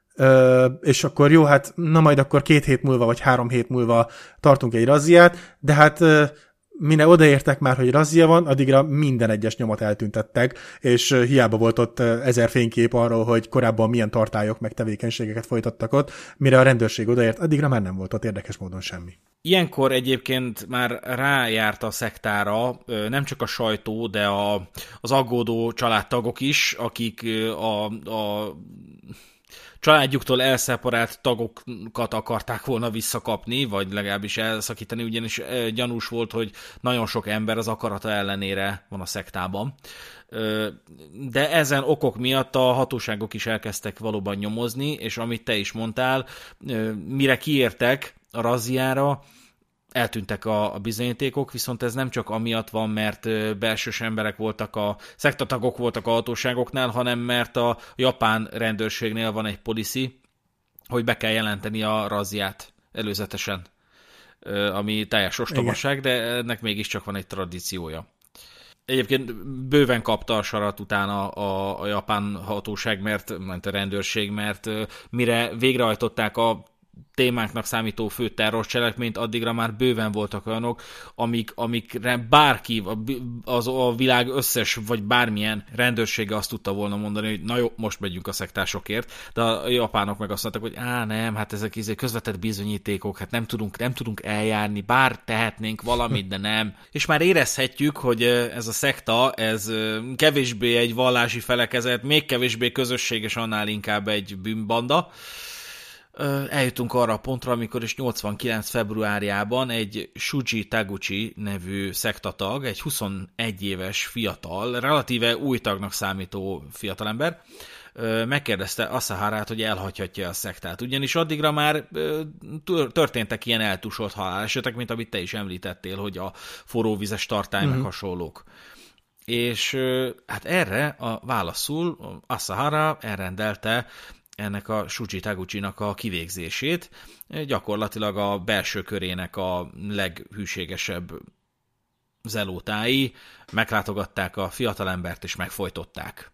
uh, és akkor jó, hát na majd akkor két hét múlva, vagy három hét múlva tartunk egy razziát, de hát uh, mine odaértek már, hogy razzia van, addigra minden egyes nyomot eltüntettek, és uh, hiába volt ott uh, ezer fénykép arról, hogy korábban milyen tartályok meg tevékenységeket folytattak ott, mire a rendőrség odaért, addigra már nem volt ott érdekes módon semmi. Ilyenkor egyébként már rájárt a szektára nem csak a sajtó, de a, az aggódó családtagok is, akik a, a családjuktól elszeparált tagokat akarták volna visszakapni, vagy legalábbis elszakítani, ugyanis gyanús volt, hogy nagyon sok ember az akarata ellenére van a szektában. De ezen okok miatt a hatóságok is elkezdtek valóban nyomozni, és amit te is mondtál, mire kiértek a razziára, eltűntek a, a bizonyítékok, viszont ez nem csak amiatt van, mert belsős emberek voltak, a szektatagok voltak a hatóságoknál, hanem mert a japán rendőrségnél van egy policy, hogy be kell jelenteni a razziát előzetesen, ami teljes ostobaság, de ennek mégiscsak van egy tradíciója. Egyébként bőven kapta a sarat utána a, a, a japán hatóság, mert, mert a rendőrség, mert mire végrehajtották a témánknak számító fő terrorcselekményt, addigra már bőven voltak olyanok, amik, amikre bárki, az a világ összes, vagy bármilyen rendőrsége azt tudta volna mondani, hogy na jó, most megyünk a szektásokért, de a japánok meg azt mondták, hogy á nem, hát ezek izé közvetett bizonyítékok, hát nem tudunk, nem tudunk eljárni, bár tehetnénk valamit, de nem. És már érezhetjük, hogy ez a szekta, ez kevésbé egy vallási felekezet, még kevésbé közösséges, annál inkább egy bűnbanda. Eljutunk arra a pontra, amikor is nyolcvankilenc februárjában egy Shuji Taguchi nevű szektatag, egy huszonegy éves fiatal, relatíve új tagnak számító fiatalember, megkérdezte Asaharát, hogy elhagyhatja a szektát. Ugyanis addigra már történtek ilyen eltusolt halálesetek, mint amit te is említettél, hogy a forróvizes tartály meg uh-huh. hasonlók. És hát erre a válaszul Asahara elrendelte ennek a Shuji Taguchinak a kivégzését, gyakorlatilag a belső körének a leghűségesebb zelótái meglátogatták a fiatalembert és megfojtották.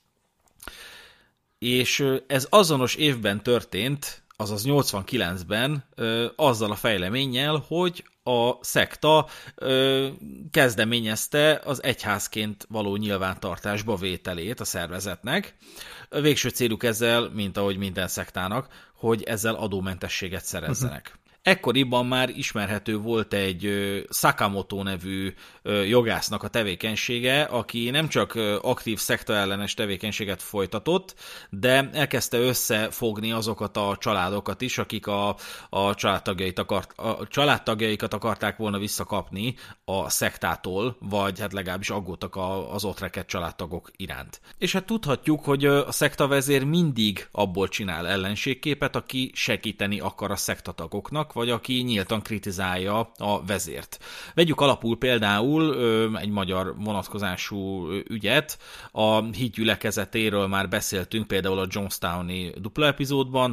És ez azonos évben történt, azaz nyolcvankilencben azzal a fejleménnyel, hogy a szekta ö, kezdeményezte az egyházként való nyilvántartásba vételét a szervezetnek. Végső céluk ezzel, mint ahogy minden szektának, hogy ezzel adómentességet szerezzenek. Uh-huh. Ekkoriban már ismerhető volt egy Sakamoto nevű jogásznak a tevékenysége, aki nem csak aktív szektaellenes tevékenységet folytatott, de elkezdte összefogni azokat a családokat is, akik a, a, családtagjait akart, a családtagjaikat akarták volna visszakapni a szektától, vagy hát legalábbis aggódtak az ott rekedt családtagok iránt. És hát tudhatjuk, hogy a szektavezér mindig abból csinál ellenségképet, aki segíteni akar a szektatagoknak, vagy aki nyíltan kritizálja a vezért. Vegyük alapul például ö, egy magyar vonatkozású ügyet, a híd gyülekezetéről már beszéltünk például a Johnstowni dupla epizódban.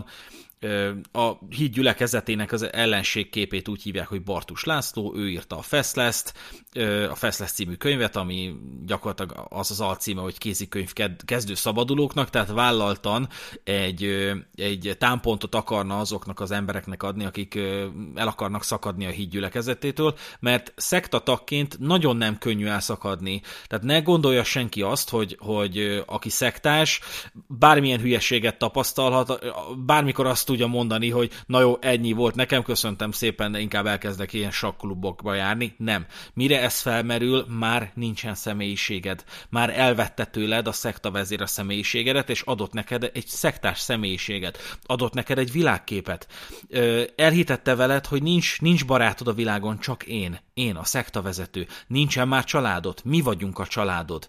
A híd gyülekezetének az ellenségképét úgy hívják, hogy Bartus László, ő írta a Feszleszt, a Feszlesz című könyvet, ami gyakorlatilag az az alcíme, hogy kézikönyv kezdő szabadulóknak, tehát vállaltan egy, egy támpontot akarna azoknak az embereknek adni, akik el akarnak szakadni a híd gyülekezetétől, mert szektatagként nagyon nem könnyű elszakadni. Tehát ne gondolja senki azt, hogy, hogy aki szektás, bármilyen hülyeséget tapasztalhat, bármikor azt tudja mondani, hogy na jó, ennyi volt nekem, köszöntem szépen, de inkább elkezdek ilyen sakklubokba járni. Nem. Mire ez felmerül, már nincsen személyiséged. Már elvette tőled a szektavezér a személyiségedet, és adott neked egy szektás személyiséget. Adott neked egy világképet. Elhitette veled, hogy nincs, nincs barátod a világon, csak én. Én, a szektavezető. Nincsen már családod. Mi vagyunk a családod.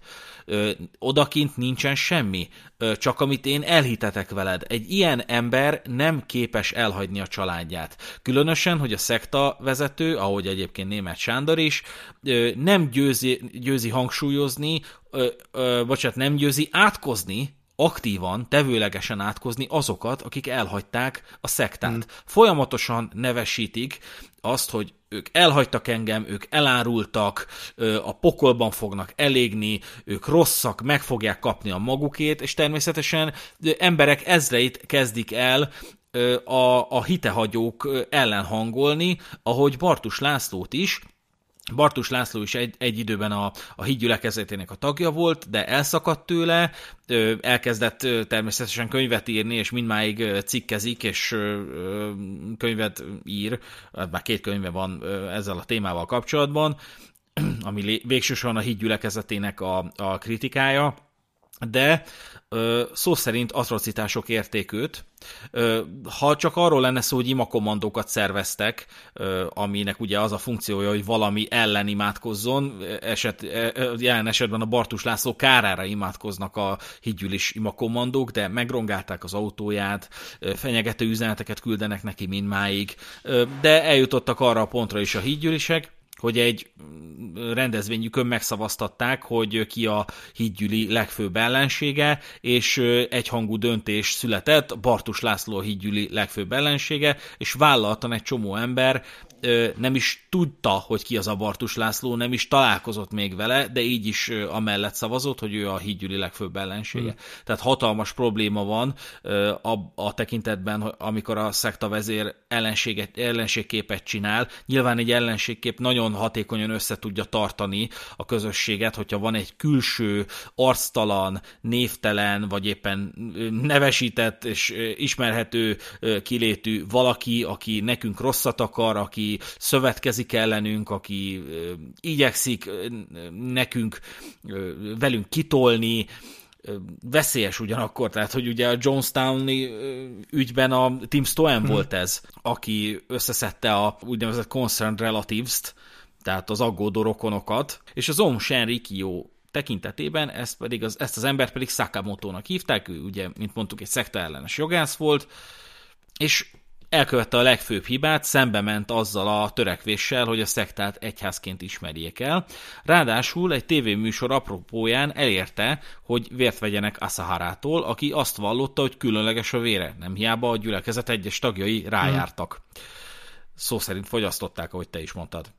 Odakint nincsen semmi. Csak amit én elhitetek veled. Egy ilyen ember nem képes elhagyni a családját. Különösen, hogy a szektavezető, ahogy egyébként Németh Sándor is, nem győzi, győzi hangsúlyozni, bocsánat, nem győzi átkozni, aktívan, tevőlegesen átkozni azokat, akik elhagyták a szektát. Hmm. Folyamatosan nevesítik azt, hogy ők elhagytak engem, ők elárultak, a pokolban fognak elégni, ők rosszak, meg fogják kapni a magukét, és természetesen emberek ezreit kezdik el a, a hitehagyók ellen hangolni, ahogy Bartus Lászlót is. Bartus László is egy, egy időben a, a híd gyülekezetének a tagja volt, de elszakadt tőle, elkezdett természetesen könyvet írni, és mindmáig cikkezik, és könyvet ír, már két könyve van ezzel a témával kapcsolatban, ami végsősorban a híd gyülekezetének a, a kritikája, de szó szerint atrocitások érték őt. Ha csak arról lenne szó, hogy imakommandókat szerveztek, aminek ugye az a funkciója, hogy valami ellen imádkozzon, eset, jelen esetben a Bartus László kárára imádkoznak a hídgyűlis imakommandók, de megrongálták az autóját, fenyegető üzeneteket küldenek neki mindmáig, de eljutottak arra a pontra is a hídgyűlisek, hogy egy rendezvényükön megszavaztatták, hogy ki a hídgyüli legfőbb ellensége, és egyhangú döntés született, Bartus László a hídgyüli legfőbb ellensége, és vállaltan egy csomó ember nem is tudta, hogy ki az Abartus László, nem is találkozott még vele, de így is amellett szavazott, hogy ő a hídgyűli legfőbb ellensége. Hmm. Tehát hatalmas probléma van a, a tekintetben, amikor a szektavezér ellenségképet csinál. Nyilván egy ellenségkép nagyon hatékonyan össze tudja tartani a közösséget, hogyha van egy külső, arctalan, névtelen, vagy éppen nevesített és ismerhető kilétű valaki, aki nekünk rosszat akar, aki szövetkezik ellenünk, aki igyekszik nekünk velünk kitolni, veszélyes ugyanakkor, tehát hogy ugye a Jonestown-i ügyben a Tim Stoen hmm. volt ez, aki összeszedte a úgynevezett Concerned Relatives-t, tehát az aggódó rokonokat, és az Aum Shinrikyo tekintetében ezt, pedig az, ezt az embert pedig Sakamotónak hívták, ő ugye, mint mondtuk, egy szekta ellenes jogász volt, és elkövette a legfőbb hibát, szembe ment azzal a törekvéssel, hogy a szektát egyházként ismerjék el. Ráadásul egy tévéműsor apropóján elérte, hogy vért vegyenek Asaharától, aki azt vallotta, hogy különleges a vére. Nem hiába a gyülekezet egyes tagjai rájártak. Hmm. Szó szerint fogyasztották, ahogy te is mondtad.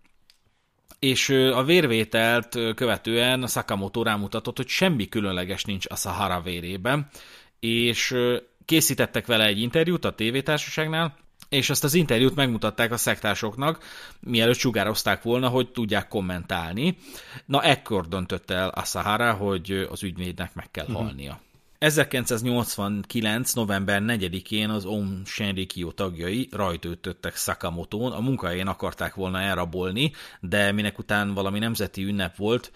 És a vérvételt követően Sakamoto rámutatott, hogy semmi különleges nincs Asahara vérében, és készítettek vele egy interjút a tévétársaságnál, és ezt az interjút megmutatták a szektásoknak, mielőtt sugározták volna, hogy tudják kommentálni. Na, ekkor döntött el Asahara, hogy az ügyvédnek meg kell uh-huh. halnia. ezerkilencszáznyolcvankilenc. november negyedikén az Aum Shinrikyo tagjai rajtaütöttek Sakamotón, a munkahelyén akarták volna elrabolni, de minek után valami nemzeti ünnep volt,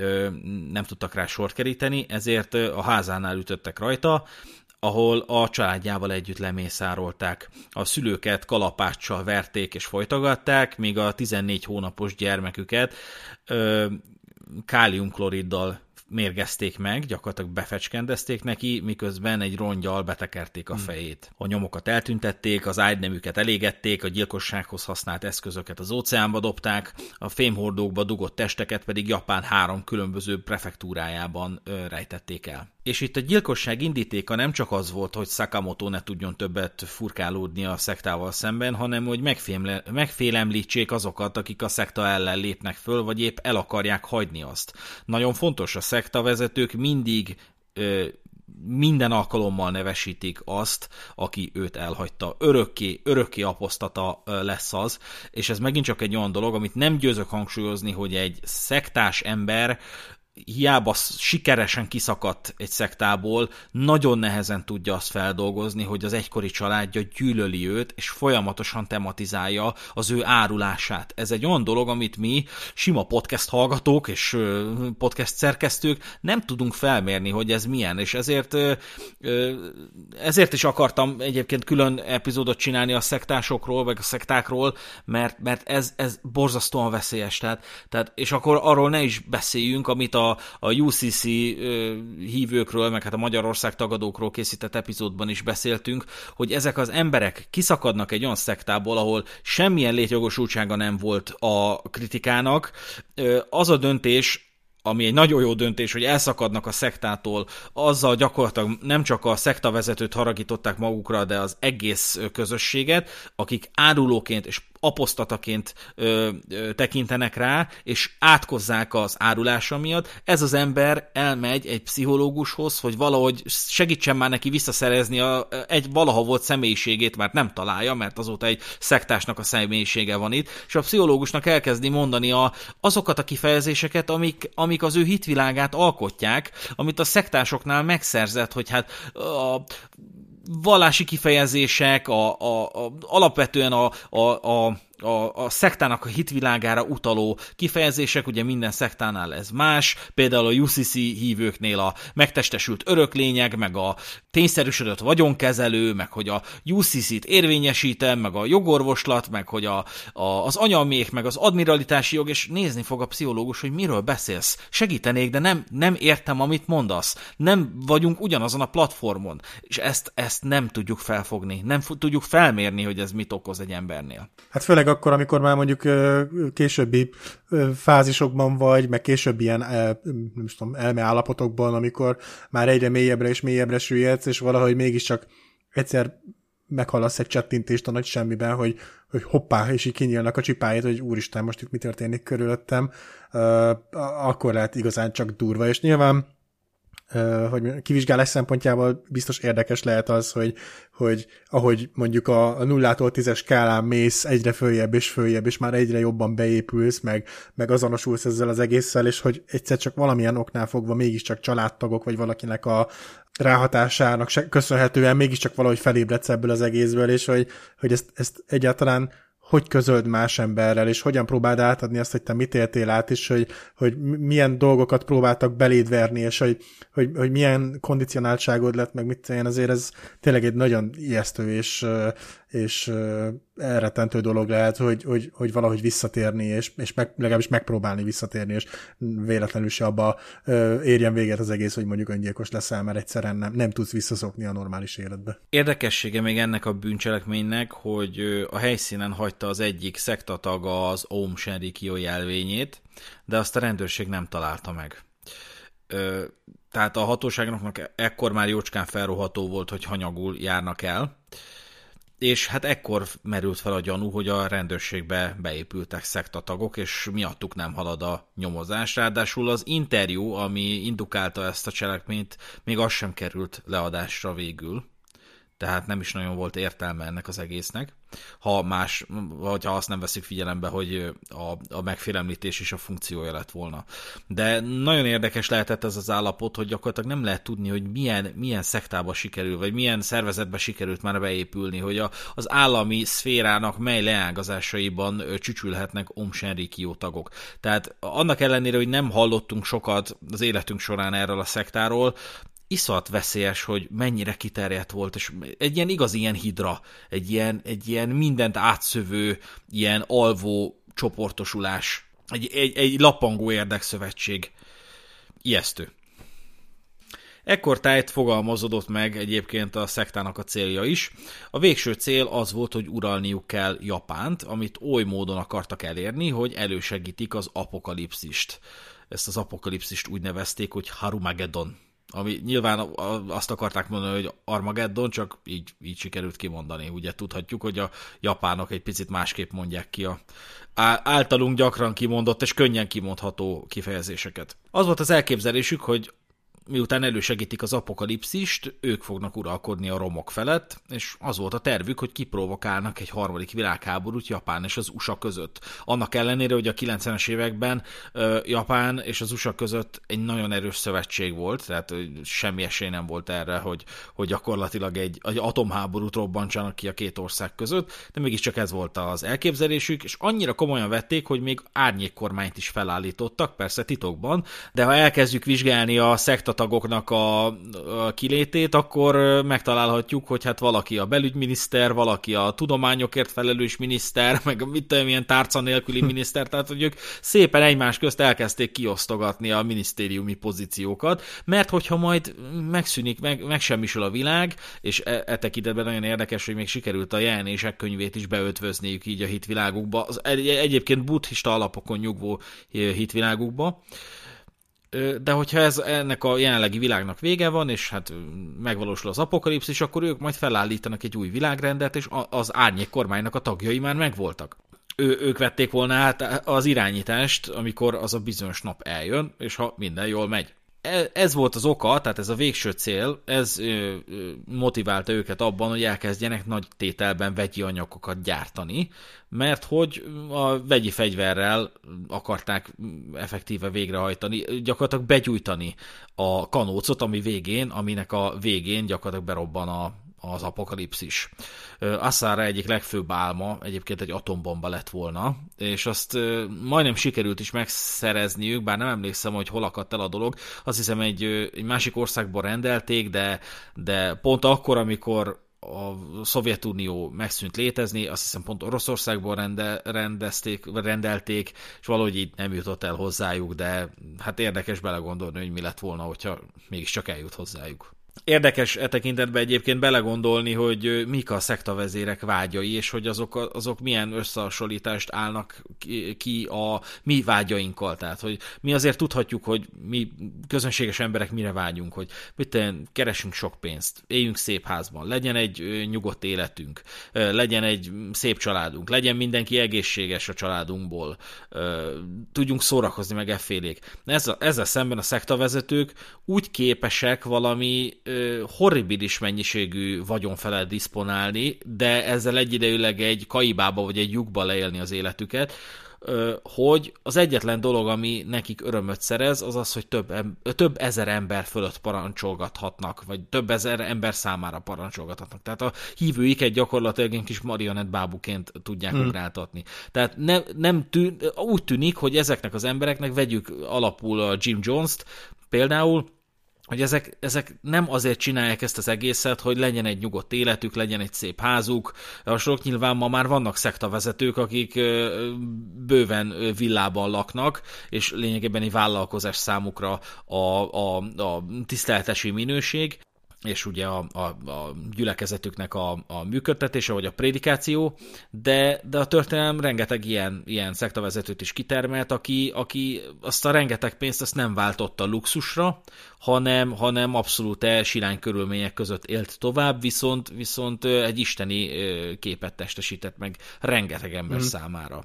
nem tudtak rá sort keríteni, ezért a házánál ütöttek rajta, ahol a családjával együtt lemészárolták. A szülőket kalapáccsal verték és folytogatták, míg a tizennégy hónapos gyermeküket ö, káliumkloriddal mérgezték meg, gyakorlatilag befecskendezték neki, miközben egy rongyal betekerték a fejét. A nyomokat eltüntették, az ágyneműket elégették, a gyilkossághoz használt eszközöket az óceánba dobták, a fémhordókba dugott testeket pedig Japán három különböző prefektúrájában ö, rejtették el. És itt a gyilkosság indítéka nem csak az volt, hogy Sakamoto ne tudjon többet furkálódni a szektával szemben, hanem hogy megfélemle, megfélemlítsék azokat, akik a szekta ellen lépnek föl, vagy épp el akarják hagyni azt. Nagyon fontos, a szektavezetők mindig ö, minden alkalommal nevesítik azt, aki őt elhagyta. Örökké, örökké apostata lesz az, és ez megint csak egy olyan dolog, amit nem győzök hangsúlyozni, hogy egy szektás ember hiába sikeresen kiszakadt egy szektából, nagyon nehezen tudja azt feldolgozni, hogy az egykori családja gyűlöli őt, és folyamatosan tematizálja az ő árulását. Ez egy olyan dolog, amit mi, sima podcast hallgatók és podcast szerkesztők nem tudunk felmérni, hogy ez milyen, és ezért ezért is akartam egyébként külön epizódot csinálni a szektásokról, vagy a szektákról, mert, mert ez, ez borzasztóan veszélyes. Tehát, tehát, és akkor arról ne is beszéljünk, amit a A, a U C C hívőkről, meg hát a Magyarország tagadókról készített epizódban is beszéltünk, hogy ezek az emberek kiszakadnak egy olyan szektából, ahol semmilyen létjogosultsága nem volt a kritikának. Az a döntés, ami egy nagyon jó döntés, hogy elszakadnak a szektától, azzal gyakorlatilag nem csak a szektavezetőt haragították magukra, de az egész közösséget, akik árulóként és apostataként ö, ö, tekintenek rá, és átkozzák az árulása miatt. Ez az ember elmegy egy pszichológushoz, hogy valahogy segítsen már neki visszaszerezni a, egy valaha volt személyiségét, mert nem találja, mert azóta egy szektásnak a személyisége van itt, és a pszichológusnak elkezdi mondani a, azokat a kifejezéseket, amik, amik az ő hitvilágát alkotják, amit a szektásoknál megszerzett, hogy hát a vallási kifejezések, a, a, a, alapvetően a, a, a, a, a szektának a hitvilágára utaló kifejezések, ugye minden szektánál ez más, például a U C C hívőknél a megtestesült öröklények, meg a tényszerűsödött vagyonkezelő, meg hogy a U C C-t érvényesítem, meg a jogorvoslat, meg hogy a, a, az anyamék, meg az admiralitási jog, és nézni fog a pszichológus, hogy miről beszélsz. Segítenék, de nem, nem értem, amit mondasz. Nem vagyunk ugyanazon a platformon, és ezt, ezt nem tudjuk felfogni, nem f- tudjuk felmérni, hogy ez mit okoz egy embernél. Hát főleg akkor, amikor már mondjuk későbbi fázisokban vagy, meg későbbi ilyen nem tudom, elmeállapotokban, amikor már egyre mélyebbre és mélyebbre süllyedsz, és valahogy mégiscsak egyszer meghallasz egy csettintést a nagy semmiben, hogy, hogy hoppá, és így kinyílnak a csipáit, hogy úristen, most itt mi történik körülöttem, uh, akkor lehet igazán csak durva, és nyilván Uh, hogy kivizsgálás szempontjából biztos érdekes lehet az, hogy, hogy ahogy mondjuk a, a nullától tízes skálán mész egyre följebb és följebb, és már egyre jobban beépülsz, meg, meg azonosulsz ezzel az egésszel, és hogy egyszer csak valamilyen oknál fogva mégiscsak családtagok, vagy valakinek a ráhatásának köszönhetően mégiscsak valahogy felébredsz ebből az egészből, és hogy, hogy ezt, ezt egyáltalán hogy közöld más emberrel, és hogyan próbáld átadni azt, hogy te mit éltél át, és hogy, hogy milyen dolgokat próbáltak beléd verni, és hogy, hogy, hogy milyen kondicionáltságod lett, meg mit tenni, azért ez tényleg egy nagyon ijesztő és, és elrettentő dolog lehet, hogy, hogy, hogy valahogy visszatérni, és, és meg, legalábbis megpróbálni visszatérni, és véletlenül se abba érjen véget az egész, hogy mondjuk öngyilkos leszel, mert egyszerűen nem, nem tudsz visszaszokni a normális életbe. Érdekessége még ennek a bűncselekménynek, hogy a helyszínen hagyta az egyik szektatag az Aum Shinrikyo jelvényét, de azt a rendőrség nem találta meg. Tehát a hatóságoknak ekkor már jócskán felroható volt, hogy hanyagul járnak el, és hát ekkor merült fel a gyanú, hogy a rendőrségbe beépültek szektatagok, és miattuk nem halad a nyomozás. Ráadásul az interjú, ami indukálta ezt a cselekményt, még az sem került leadásra végül. Tehát nem is nagyon volt értelme ennek az egésznek, ha más, vagy ha azt nem veszik figyelembe, hogy a, a megfélemlítés is a funkciója lett volna. De nagyon érdekes lehetett ez az állapot, hogy gyakorlatilag nem lehet tudni, hogy milyen, milyen szektába sikerül, vagy milyen szervezetbe sikerült már beépülni, hogy a, az állami szférának mely leágazásaiban csücsülhetnek Aum Shinrikyo tagok. Tehát annak ellenére, hogy nem hallottunk sokat az életünk során erről a szektáról, iszonyat veszélyes, hogy mennyire kiterjedt volt, és egy ilyen igazi ilyen hidra, egy ilyen, egy ilyen mindent átszövő, ilyen alvó csoportosulás, egy, egy, egy lappangó érdekszövetség. Ijesztő. Ekkor tájt fogalmazódott meg egyébként a szektának a célja is. A végső cél az volt, hogy uralniuk kell Japánt, amit oly módon akartak elérni, hogy elősegítik az apokalipszist. Ezt az apokalipszist úgy nevezték, hogy Harumageddon. Ami nyilván azt akarták mondani, hogy Armageddon, csak így, így sikerült kimondani. Ugye tudhatjuk, hogy a japánok egy picit másképp mondják ki a általunk gyakran kimondott és könnyen kimondható kifejezéseket. Az volt az elképzelésük, hogy miután elősegítik az apokalipszist, ők fognak uralkodni a romok felett, és az volt a tervük, hogy kiprovokálnak egy harmadik világháborút Japán és az u es á között. Annak ellenére, hogy a kilencvenes években uh, Japán és az u es á között egy nagyon erős szövetség volt, tehát semmi esély nem volt erre, hogy, hogy gyakorlatilag egy, egy atomháborút robbantsanak ki a két ország között, de mégiscsak ez volt az elképzelésük, és annyira komolyan vették, hogy még árnyékkormányt is felállítottak, persze titokban, de ha elkezdjük vizsgálni a szekta tagoknak a, a kilétét, akkor megtalálhatjuk, hogy hát valaki a belügyminiszter, valaki a tudományokért felelős miniszter, meg mit tudom, ilyen tárca nélküli miniszter, tehát hogy ők szépen egymás közt elkezdték kiosztogatni a minisztériumi pozíciókat, mert hogyha majd megszűnik, meg, megsemmisül a világ, és e, e tekintetben nagyon érdekes, hogy még sikerült a jelenések könyvét is beötvözniük így a hitvilágukba, az egy, egyébként buddhista alapokon nyugvó hitvilágukba. De hogyha ez, ennek a jelenlegi világnak vége van, és hát megvalósul az apokalipszis, akkor ők majd felállítanak egy új világrendet, és az árnyék kormánynak a tagjai már megvoltak. Ő, ők vették volna át az irányítást, amikor az a bizonyos nap eljön, és ha minden jól megy. Ez volt az oka, tehát ez a végső cél, ez motiválta őket abban, hogy elkezdjenek nagy tételben vegyi anyagokat gyártani, mert hogy a vegyi fegyverrel akarták effektíve végrehajtani, gyakorlatilag begyújtani a kanócot, ami végén, aminek a végén gyakorlatilag berobban a az apokalipszis. Asara egyik legfőbb álma egyébként egy atombomba lett volna, és azt majdnem sikerült is megszerezniük, bár nem emlékszem, hogy hol akadt el a dolog. Azt hiszem egy, egy másik országban rendelték, de, de pont akkor, amikor a Szovjetunió megszűnt létezni, azt hiszem pont Oroszországból rende, rendezték, rendelték, és valahogy így nem jutott el hozzájuk, de hát érdekes belegondolni, hogy mi lett volna, hogyha mégiscsak eljut hozzájuk. Érdekes e tekintetben egyébként belegondolni, hogy mik a szektavezérek vágyai, és hogy azok, azok milyen összehasonlítást állnak ki a mi vágyainkkal. Tehát, hogy mi azért tudhatjuk, hogy mi közönséges emberek mire vágyunk, hogy mit keresünk sok pénzt, éljünk szép házban, legyen egy nyugodt életünk, legyen egy szép családunk, legyen mindenki egészséges a családunkból, tudjunk szórakozni meg effélék. Ezzel, ezzel szemben a szektavezetők úgy képesek valami horribilis mennyiségű vagyonfelett diszponálni, de ezzel egyidejűleg egy kaibába vagy egy lyukba leélni az életüket, hogy az egyetlen dolog, ami nekik örömöt szerez, az az, hogy több, több ezer ember fölött parancsolgathatnak, vagy több ezer ember számára parancsolgathatnak. Tehát a hívőiket gyakorlatilag egy kis marionett bábuként tudják hmm. ugráltatni. Tehát ne, nem tűn, úgy tűnik, hogy ezeknek az embereknek, vegyük alapul a Jim Jones-t például, hogy ezek, ezek nem azért csinálják ezt az egészet, hogy legyen egy nyugodt életük, legyen egy szép házuk. Hasonlók nyilván ma már vannak szektavezetők, akik bőven villában laknak, és lényegében egy vállalkozás számukra a, a, a tiszteletesi minőség, és ugye a, a, a gyülekezetüknek a, a működtetése, vagy a prédikáció, de, de a történelem rengeteg ilyen, ilyen szektavezetőt is kitermelt, aki, aki azt a rengeteg pénzt azt nem váltotta luxusra, hanem, hanem abszolút silány körülmények között élt tovább, viszont, viszont egy isteni képet testesített meg rengeteg ember mm. számára.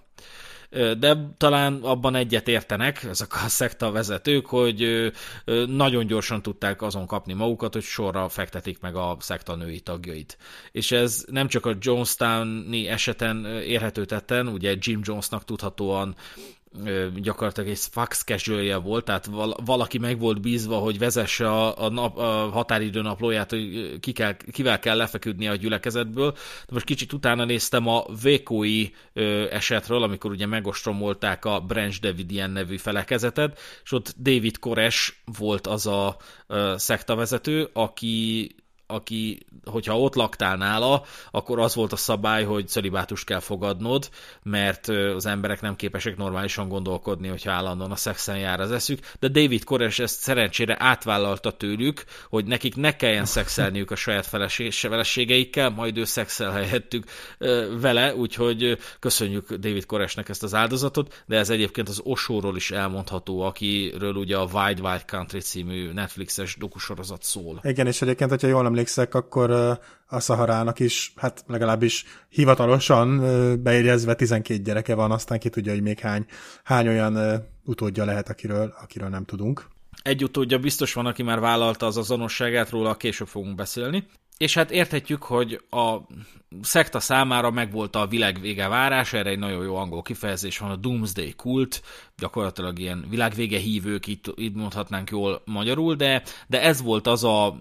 De talán abban egyet értenek ezek a szekta vezetők, hogy nagyon gyorsan tudták azon kapni magukat, hogy sorra fektetik meg a szekta női tagjait. És ez nem csak a Jonestowni eseten érhető tetten, ugye Jim Jonesnak tudhatóan gyakorlatilag egy fax casualje volt, tehát valaki meg volt bízva, hogy vezesse a, a, nap, a határidő naplóját, hogy ki kell, kivel kell lefeküdni a gyülekezetből. De most kicsit utána néztem a Vékói esetről, amikor ugye megostromolták a Branch Davidian nevű felekezetet, és ott David Koresh volt az a szektavezető, aki aki, hogyha ott laktál nála, akkor az volt a szabály, hogy cölibátust kell fogadnod, mert az emberek nem képesek normálisan gondolkodni, hogyha állandóan a szexen jár az eszük, de David Koresh ezt szerencsére átvállalta tőlük, hogy nekik ne kelljen szexelniük a saját feleségeikkel, majd ő szexel helyettük vele, úgyhogy köszönjük David Koreshnek ezt az áldozatot, de ez egyébként az Osóról is elmondható, akiről ugye a Wild Wild Country című Netflixes dokusorozat szól. Igen, és egyébként, hogyha jól emlékszek, akkor a Szaharának is, hát legalábbis hivatalosan beérjezve tizenkét gyereke van, aztán ki tudja, hogy még hány, hány olyan utódja lehet, akiről, akiről nem tudunk. Egy utódja biztos van, aki már vállalta az azonosságát, róla később fogunk beszélni. És hát érthetjük, hogy a szekta számára megvolt a világvége várás, erre egy nagyon jó angol kifejezés van, a Doomsday Cult, gyakorlatilag ilyen világvége hívők, így, így mondhatnánk jól magyarul, de, de ez volt az a,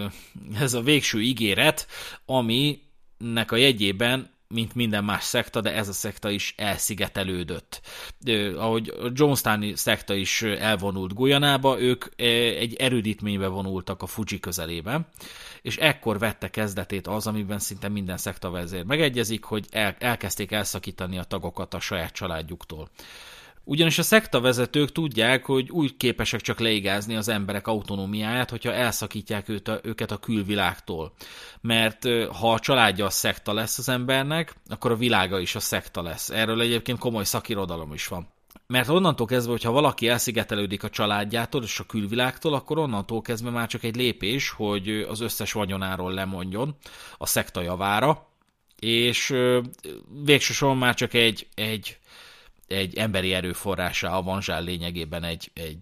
ez a végső ígéret, aminek a jegyében, mint minden más szekta, de ez a szekta is elszigetelődött. Ahogy a Jonestowni szekta is elvonult Guyanába, ők egy erődítménybe vonultak a Fuji közelébe, és ekkor vette kezdetét az, amiben szinte minden szektavezér megegyezik, hogy el, elkezdték elszakítani a tagokat a saját családjuktól. Ugyanis a szektavezetők tudják, hogy úgy képesek csak leigázni az emberek autonómiáját, hogyha elszakítják őt a, őket a külvilágtól. Mert ha a családja a szekta lesz az embernek, akkor a világa is a szekta lesz. Erről egyébként komoly szakirodalom is van. Mert onnantól kezdve, hogyha valaki elszigetelődik a családjától és a külvilágtól, akkor onnantól kezdve már csak egy lépés, hogy az összes vagyonáról lemondjon a szekta javára, és végső soron már csak egy, egy, egy emberi erőforrása avanzsál lényegében egy, egy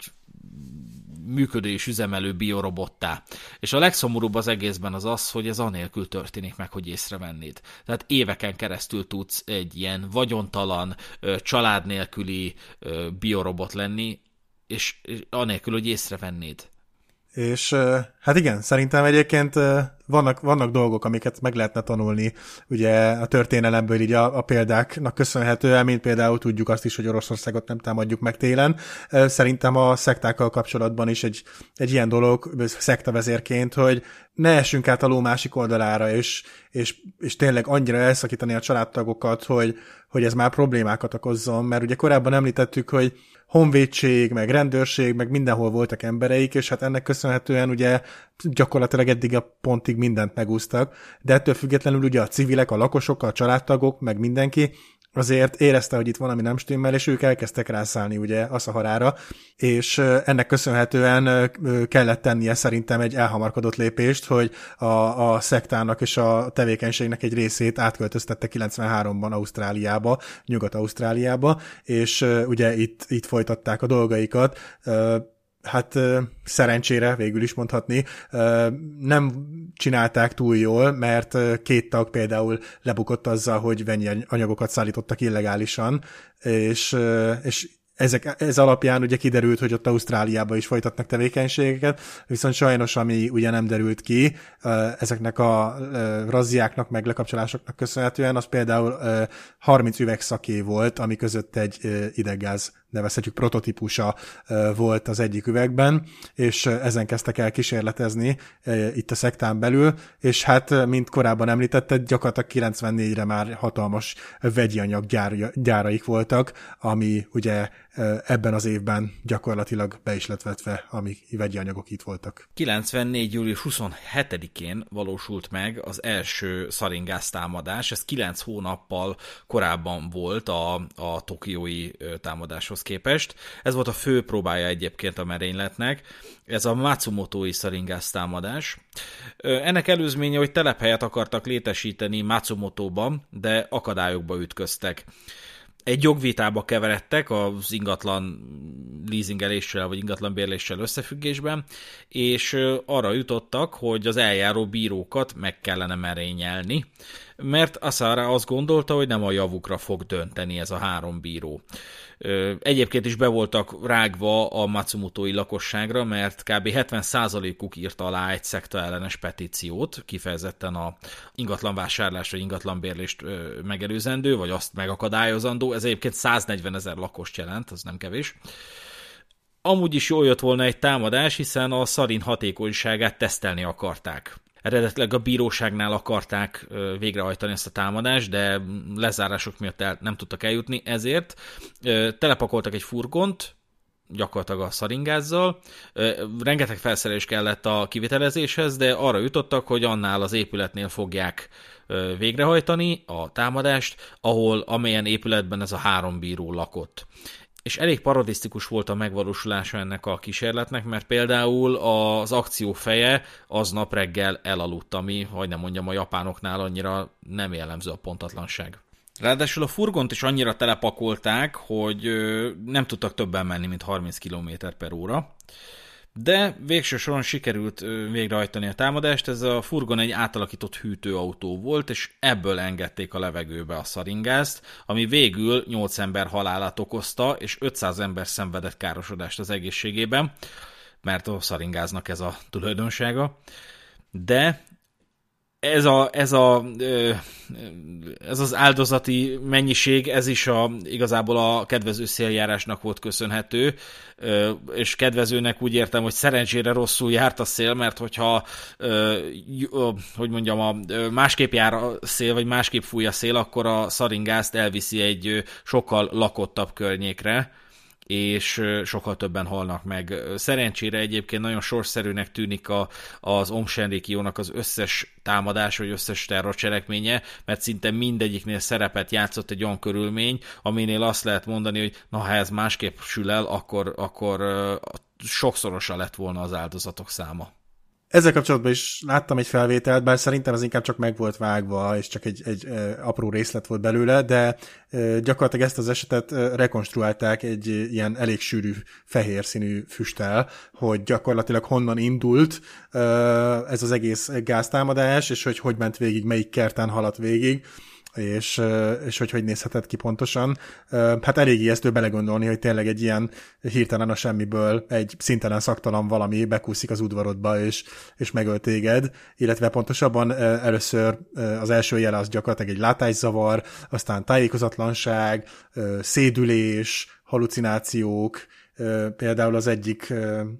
működő és üzemelő biorobottá. És a legszomorúbb az egészben az az, hogy ez anélkül történik meg, hogy észrevennéd. Tehát éveken keresztül tudsz egy ilyen vagyontalan, család nélküli biorobot lenni, és anélkül, hogy észrevennéd. És hát igen, szerintem egyébként vannak, vannak dolgok, amiket meg lehetne tanulni ugye a történelemből így a, a példáknak köszönhetően, mint például tudjuk azt is, hogy Oroszországot nem támadjuk meg télen. Szerintem a szektákkal kapcsolatban is egy, egy ilyen dolog, szektavezérként, hogy ne essünk át a ló másik oldalára, és, és, és tényleg annyira elszakítani a családtagokat, hogy, hogy ez már problémákat okozzon, mert ugye korábban említettük, hogy honvédség, meg rendőrség, meg mindenhol voltak embereik, és hát ennek köszönhetően ugye gyakorlatilag eddig a pontig mindent megúsztak, de ettől függetlenül ugye a civilek, a lakosok, a családtagok, meg mindenki azért érezte, hogy itt valami nem stimmel, és ők elkezdtek rászállni ugye a Szaharára, és ennek köszönhetően kellett tennie szerintem egy elhamarkodott lépést, hogy a, a szektának és a tevékenységnek egy részét átköltöztette kilencvenháromban Ausztráliába, Nyugat-Ausztráliába, és ugye itt, itt folytatták a dolgaikat. Hát szerencsére végül is mondhatni, nem csinálták túl jól, mert két tag például lebukott azzal, hogy vennyi anyagokat szállítottak illegálisan, és, és ezek, ez alapján ugye kiderült, hogy ott Ausztráliában is folytatnak tevékenységeket, viszont sajnos, ami ugye nem derült ki, ezeknek a razziáknak, meg lekapcsolásoknak köszönhetően, az például harminc üveg szaké volt, ami között egy ideggáz nevezhetjük prototípusa volt az egyik üvegben, és ezen kezdtek el kísérletezni itt a szektán belül, és hát, mint korábban említetted, gyakorlatilag kilencvennégyre már hatalmas vegyi anyag gyár, gyáraik voltak, ami ugye ebben az évben gyakorlatilag be is lett vetve, ami vegyi anyagok itt voltak. kilencvennégy. július huszonhetedikén valósult meg az első szaringáz támadás, ez kilenc hónappal korábban volt a, a tokiói támadáshoz képest. Ez volt a fő próbája egyébként a merényletnek, ez a Matsumoto-i szaringáz támadás. Ennek előzménye, hogy telephelyet akartak létesíteni Matsumotóban, de akadályokba ütköztek. Egy jogvitába keveredtek az ingatlan leasingeléssel vagy ingatlan bérléssel összefüggésben, és arra jutottak, hogy az eljáró bírókat meg kellene merényelni, mert Asahara azt gondolta, hogy nem a javukra fog dönteni ez a három bíró. Egyébként is be voltak rágva a Matsumoto-i lakosságra, mert kb. hetven százalékuk írta alá egy szekta ellenes petíciót, kifejezetten a ingatlanvásárlást vagy ingatlanbérlést megelőzendő, vagy azt megakadályozandó. Ez egyébként száznegyvenezer lakost jelent, az nem kevés. Amúgy is jól jött volna egy támadás, hiszen a szarin hatékonyságát tesztelni akarták. Eredetileg a bíróságnál akarták végrehajtani ezt a támadást, de lezárások miatt el, nem tudtak eljutni, ezért telepakoltak egy furgont, gyakorlatilag a szaringázzal. Rengeteg felszerelés kellett a kivitelezéshez, de arra jutottak, hogy annál az épületnél fogják végrehajtani a támadást, ahol amelyen épületben ez a három bíró lakott. És elég parodisztikus volt a megvalósulása ennek a kísérletnek, mert például az akció feje aznap reggel elaludt, ami, hogy nem mondjam, a japánoknál annyira nem jellemző a pontatlanság. Ráadásul a furgont is annyira telepakolták, hogy nem tudtak többen menni, mint harminc kilométer per óra. De végső soron sikerült végrehajtani a támadást, ez a furgon egy átalakított hűtőautó volt, és ebből engedték a levegőbe a szaringázt, ami végül nyolc ember halálát okozta, és ötszáz ember szenvedett károsodást az egészségében, mert a szaringáznak ez a tulajdonsága. De ez, a, ez, a, ez az áldozati mennyiség, ez is a, igazából a kedvező széljárásnak volt köszönhető, és kedvezőnek úgy értem, hogy szerencsére rosszul járt a szél, mert hogyha hogy mondjam, a másképp jár a szél, vagy másképp fúj a szél, akkor a szaringázt elviszi egy sokkal lakottabb környékre, és sokkal többen halnak meg. Szerencsére egyébként nagyon sorszerűnek tűnik a, az Aum Shinrikyo-nak az összes támadás, vagy összes terrorcselekménye, mert szinte mindegyiknél szerepet játszott egy olyan körülmény, aminél azt lehet mondani, hogy na, ha ez másképp sül el, akkor, akkor sokszorosa lett volna az áldozatok száma. Ezzel kapcsolatban is láttam egy felvételt, bár szerintem ez inkább csak meg volt vágva, és csak egy, egy apró részlet volt belőle, de gyakorlatilag ezt az esetet rekonstruálták egy ilyen elég sűrű fehér színű füsttel, hogy gyakorlatilag honnan indult ez az egész gáztámadás, és hogy hogy ment végig, melyik kerten haladt végig. és, és hogy hogy nézhetett ki pontosan. Hát elég ijesztő belegondolni, hogy tényleg egy ilyen hirtelen a semmiből egy szintelen szaktalan valami bekúszik az udvarodba, és, és megöl téged, illetve pontosabban először az első jele az gyakorlatilag egy látászavar, aztán tájékozatlanság, szédülés, halucinációk, például az egyik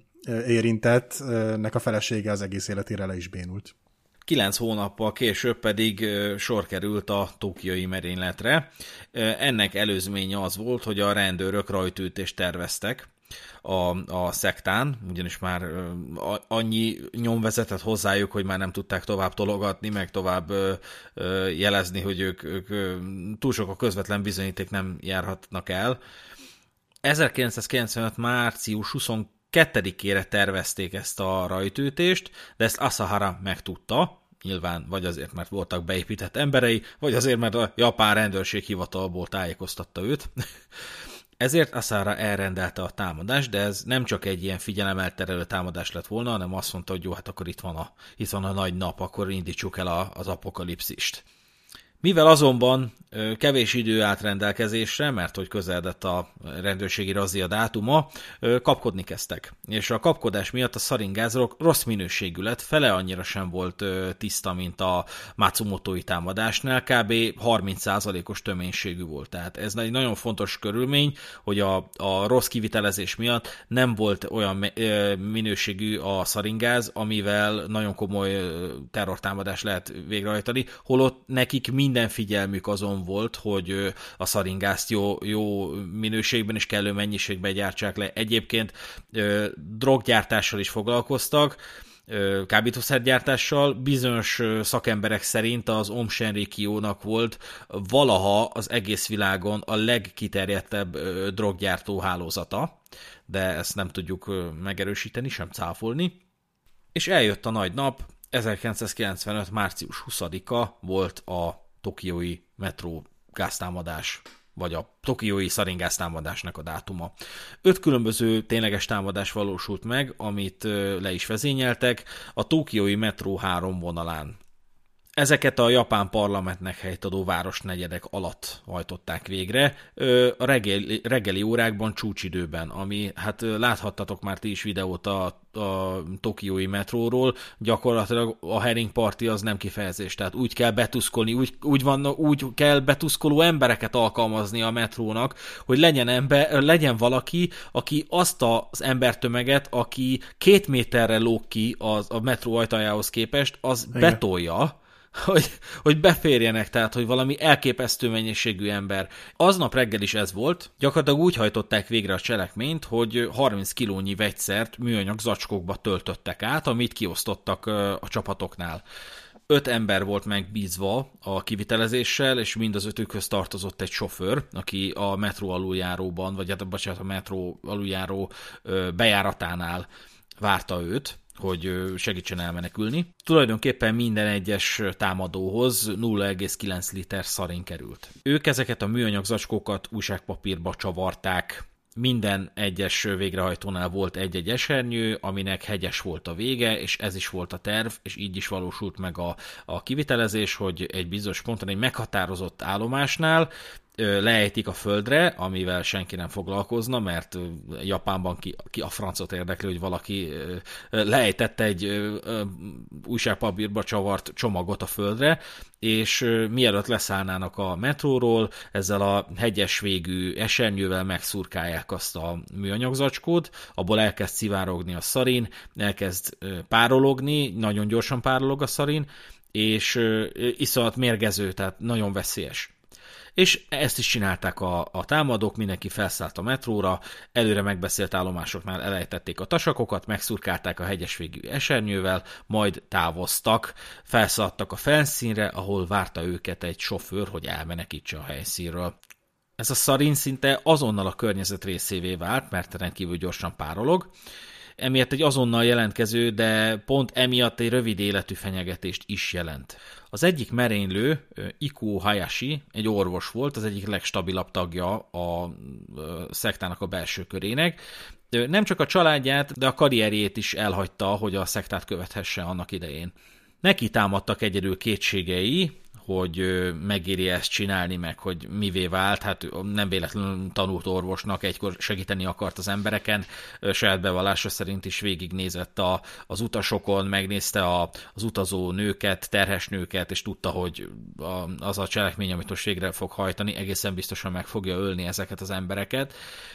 érintettnek a felesége az egész életére le is bénult. Kilenc hónappal később pedig sor került a tokiói merényletre. Ennek előzménye az volt, hogy a rendőrök rajtütést terveztek a, a szektán, ugyanis már annyi nyom vezetett hozzájuk, hogy már nem tudták tovább tologatni, meg tovább jelezni, hogy ők, ők túl sok a közvetlen bizonyíték, nem járhatnak el. ezerkilencszázkilencvenöt. március huszonkettedikére tervezték ezt a rajtütést, de ezt Asahara megtudta, nyilván vagy azért, mert voltak beépített emberei, vagy azért, mert a japán rendőrség hivatalból tájékoztatta őt. Ezért Asahara elrendelte a támadást, de ez nem csak egy ilyen figyelemelterelő támadás lett volna, hanem azt mondta, hogy jó, hát akkor itt van a, itt van a nagy nap, akkor indítsuk el a, az apokalipszist. Mivel azonban kevés idő állt rendelkezésre, mert hogy közeledett a rendőrségi razzia dátuma, kapkodni kezdtek. És a kapkodás miatt a szaringázok rossz minőségű lett, fele annyira sem volt tiszta, mint a Matsumoto-i támadásnál, kb. harminc százalékos töménységű volt. Tehát ez egy nagyon fontos körülmény, hogy a, a rossz kivitelezés miatt nem volt olyan minőségű a szaringáz, amivel nagyon komoly terrortámadást lehet végrehajtani, holott nekik minden figyelmük azon volt, hogy a szaringázt jó, jó minőségben és kellő mennyiségben gyártsák le. Egyébként droggyártással is foglalkoztak, kábítószergyártással. Bizonyos szakemberek szerint az Aum Shinrikyo-nak volt valaha az egész világon a legkiterjedtebb droggyártó hálózata, de ezt nem tudjuk megerősíteni, sem cáfolni. És eljött a nagy nap, ezerkilencszázkilencvenöt. március huszadika volt a tokiói metró gáztámadás, vagy a tokiói szaringáztámadásnak a dátuma. Öt különböző tényleges támadás valósult meg, amit le is vezényeltek a tokiói metró három vonalán. Ezeket a japán parlamentnek helyt adó városnegyedek alatt hajtották végre, a reggeli, reggeli órákban, csúcsidőben, ami, hát láthattatok már ti is videót a, a tokiói metróról, gyakorlatilag a herring party az nem kifejezés, tehát úgy kell betuszkolni, úgy, úgy, van, úgy kell betuszkoló embereket alkalmazni a metrónak, hogy legyen, ember, legyen valaki, aki azt az embertömeget, aki két méterre lóg ki az, a metró ajtajához képest, az igen, betolja, Hogy, hogy beférjenek, tehát, hogy valami elképesztő mennyiségű ember. Aznap reggel is ez volt, gyakorlatilag úgy hajtották végre a cselekményt, hogy harminc kilónyi vegyszert műanyag zacskókba töltöttek át, amit kiosztottak a csapatoknál. Öt ember volt megbízva a kivitelezéssel, és mind az ötükhöz tartozott egy sofőr, aki a metró aluljáróban, vagy hát bocsánat, a metró aluljáró bejáratánál várta őt, hogy segítsen elmenekülni. Tulajdonképpen minden egyes támadóhoz nulla egész kilenc liter szarin került. Ők ezeket a műanyag zacskókat újságpapírba csavarták, minden egyes végrehajtónál volt egy-egy esernyő, aminek hegyes volt a vége, és ez is volt a terv, és így is valósult meg a, a kivitelezés, hogy egy bizonyos ponton, egy meghatározott állomásnál leejtik a földre, amivel senki nem foglalkozna, mert Japánban ki, ki a francot érdekli, hogy valaki leejtette egy újságpapírba csavart csomagot a földre, és mielőtt leszállnának a metróról, ezzel a hegyes végű esernyővel megszurkálják azt a műanyagzacskót, abból elkezd szivárogni a szarin, elkezd párologni, nagyon gyorsan párolog a szarin, és iszonyat mérgező, tehát nagyon veszélyes. És ezt is csinálták a, a támadók, mindenki felszállt a metróra, előre megbeszélt állomásoknál elejtették a tasakokat, megszurkálták a hegyes végű esernyővel, majd távoztak, felszaladtak a felszínre, ahol várta őket egy sofőr, hogy elmenekítse a helyszínről. Ez a szarin szinte azonnal a környezet részévé vált, mert rendkívül gyorsan párolog, emiatt egy azonnal jelentkező, de pont emiatt egy rövid életű fenyegetést is jelent. Az egyik merénylő, Ikuo Hayashi, egy orvos volt, az egyik legstabilabb tagja a szektának a belső körének. Nem csak a családját, de a karrierjét is elhagyta, hogy a szektát követhesse annak idején. Neki támadtak egyedül kétségei, hogy megéri ezt csinálni, meg hogy mivé vált, hát nem véletlenül tanult orvosnak, egykor segíteni akart az embereken, saját bevallása szerint is végignézett a, az utasokon, megnézte a, az utazó nőket, terhes nőket, és tudta, hogy a, az a cselekmény, amit most végre fog hajtani, egészen biztosan meg fogja ölni ezeket az embereket.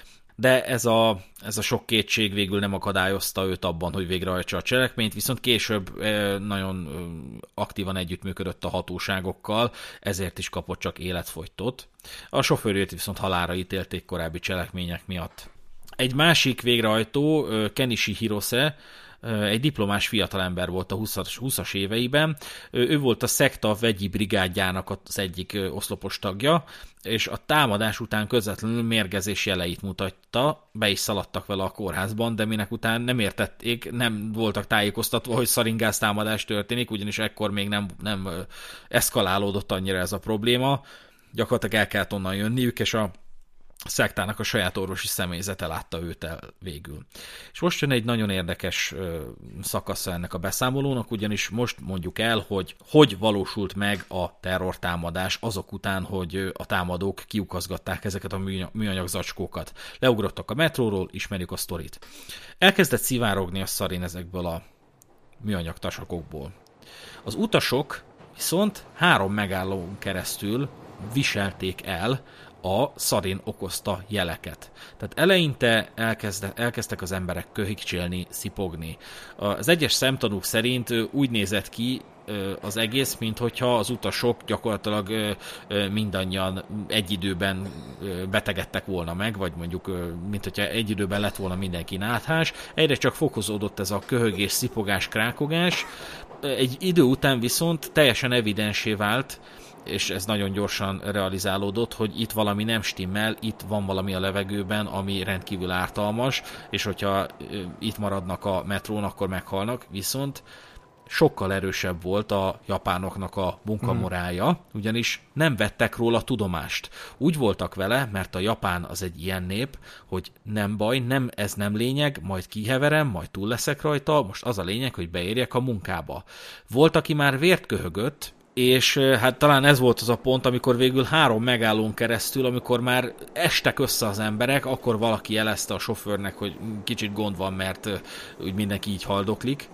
De ez a, ez a sok kétség végül nem akadályozta őt abban, hogy végrehajtsa a cselekményt, viszont később nagyon aktívan együttműködött a hatóságokkal, ezért is kapott csak életfogytot. A sofőrjét viszont halálra ítélték korábbi cselekmények miatt. Egy másik végrehajtó, Kenichi Hirose, egy diplomás fiatalember volt a húszas éveiben. Ő volt a szekta vegyi brigádjának az egyik oszlopos tagja, és a támadás után közvetlenül mérgezés jeleit mutatta, be is szaladtak vele a kórházban, de minek után nem értették, nem voltak tájékoztatva, hogy szaringáz támadás történik, ugyanis ekkor még nem, nem eszkalálódott annyira ez a probléma. Gyakorlatilag el kellett onnan jönniük, és a szektának a saját orvosi személyzete látta őt el végül. És most jön egy nagyon érdekes szakasza ennek a beszámolónak, ugyanis most mondjuk el, hogy hogy valósult meg a terrortámadás azok után, hogy a támadók kiukazgatták ezeket a műanyag zacskókat. Leugrottak a metróról, ismerjük a sztorit. Elkezdett szivárogni a szarin ezekből a műanyag tasakokból. Az utasok viszont három megállón keresztül viselték el a szarin okozta jeleket. Tehát eleinte elkezde, elkezdtek az emberek köhigcsélni, szipogni. Az egyes szemtanúk szerint úgy nézett ki az egész, minthogyha az utasok gyakorlatilag mindannyian egy időben betegedtek volna meg, vagy mondjuk minthogyha egy időben lett volna mindenki náthás. Egyre csak fokozódott ez a köhögés, szipogás, krákogás. Egy idő után viszont teljesen evidensé vált, és ez nagyon gyorsan realizálódott, hogy itt valami nem stimmel, itt van valami a levegőben, ami rendkívül ártalmas, és hogyha itt maradnak a metrón, akkor meghalnak, viszont sokkal erősebb volt a japánoknak a munkamorálja, ugyanis nem vettek róla tudomást. Úgy voltak vele, mert a japán az egy ilyen nép, hogy nem baj, nem, ez nem lényeg, majd kiheverem, majd túl leszek rajta, most az a lényeg, hogy beérjek a munkába. Volt, aki már vért köhögött, és hát talán ez volt az a pont, amikor végül három megállón keresztül, amikor már estek össze az emberek, akkor valaki jelezte a sofőrnek, hogy kicsit gond van, mert úgy mindenki így haldoklik,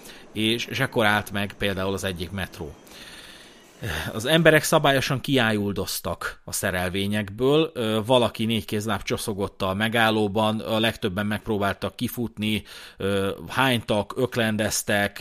és, és akkor állt meg például az egyik metró. Az emberek szabályosan kiájuldoztak a szerelvényekből, valaki négykézláb csoszogott a megállóban, a legtöbben megpróbáltak kifutni, hánytak, öklendeztek,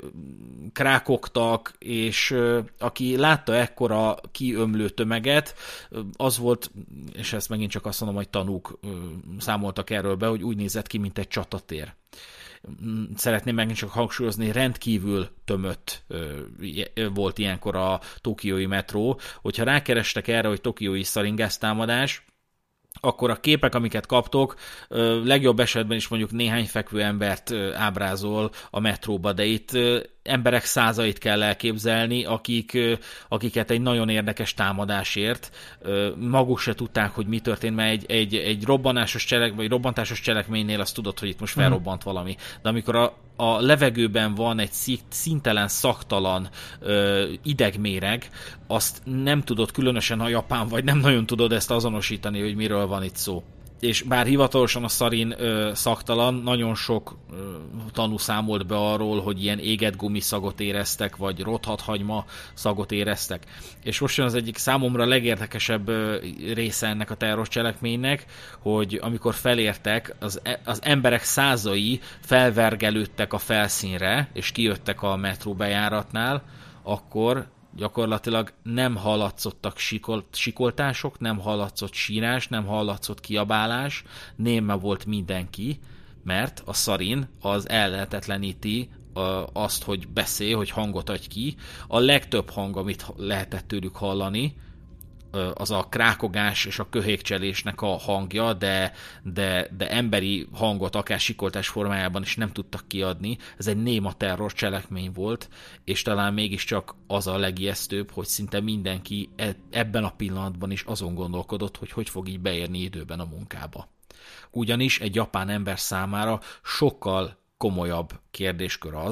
krákogtak, és aki látta ekkora kiömlő tömeget, az volt, és ezt megint csak azt mondom, hogy tanúk számoltak erről be, hogy úgy nézett ki, mint egy csatatér. Szeretném megint csak hangsúlyozni, rendkívül tömött volt ilyenkor a tokiói metró. Hogyha rákerestek erre, hogy tokiói szaringáztámadás, akkor a képek, amiket kaptok, legjobb esetben is mondjuk néhány fekvő embert ábrázol a metróba, de itt emberek százait kell elképzelni, akik, akiket egy nagyon érdekes támadásért maguk se tudták, hogy mi történt, mert egy, egy, egy robbanásos cselek, vagy robbantásos cselekménynél azt tudod, hogy itt most felrobbant valami. De amikor a, a levegőben van egy színtelen, szaktalan ö, idegméreg, azt nem tudod, különösen ha japán vagy, nem nagyon tudod ezt azonosítani, hogy miről van itt szó. És bár hivatalosan a szarin ö, szaktalan, nagyon sok ö, tanú számolt be arról, hogy ilyen égett gumiszagot éreztek, vagy rothadt hagyma szagot éreztek. És most jön az egyik számomra legérdekesebb ö, része ennek a terrorcselekménynek, hogy amikor felértek, az, az emberek százai felvergelődtek a felszínre, és kijöttek a metró bejáratnál, akkor gyakorlatilag nem hallatszottak sikol, sikoltások, nem hallatszott sírás, nem hallatszott kiabálás, néma volt mindenki, mert a szarin az ellehetetleníti azt, hogy beszél, hogy hangot adj ki. A legtöbb hang, amit lehetett tőlük hallani, az a krákogás és a köhékcselésnek a hangja, de, de, de emberi hangot, akár sikoltás formájában is nem tudtak kiadni. Ez egy néma terror cselekmény volt, és talán mégiscsak az a legijesztőbb, hogy szinte mindenki ebben a pillanatban is azon gondolkodott, hogy hogy fog így beérni időben a munkába. Ugyanis egy japán ember számára sokkal komolyabb kérdéskör az,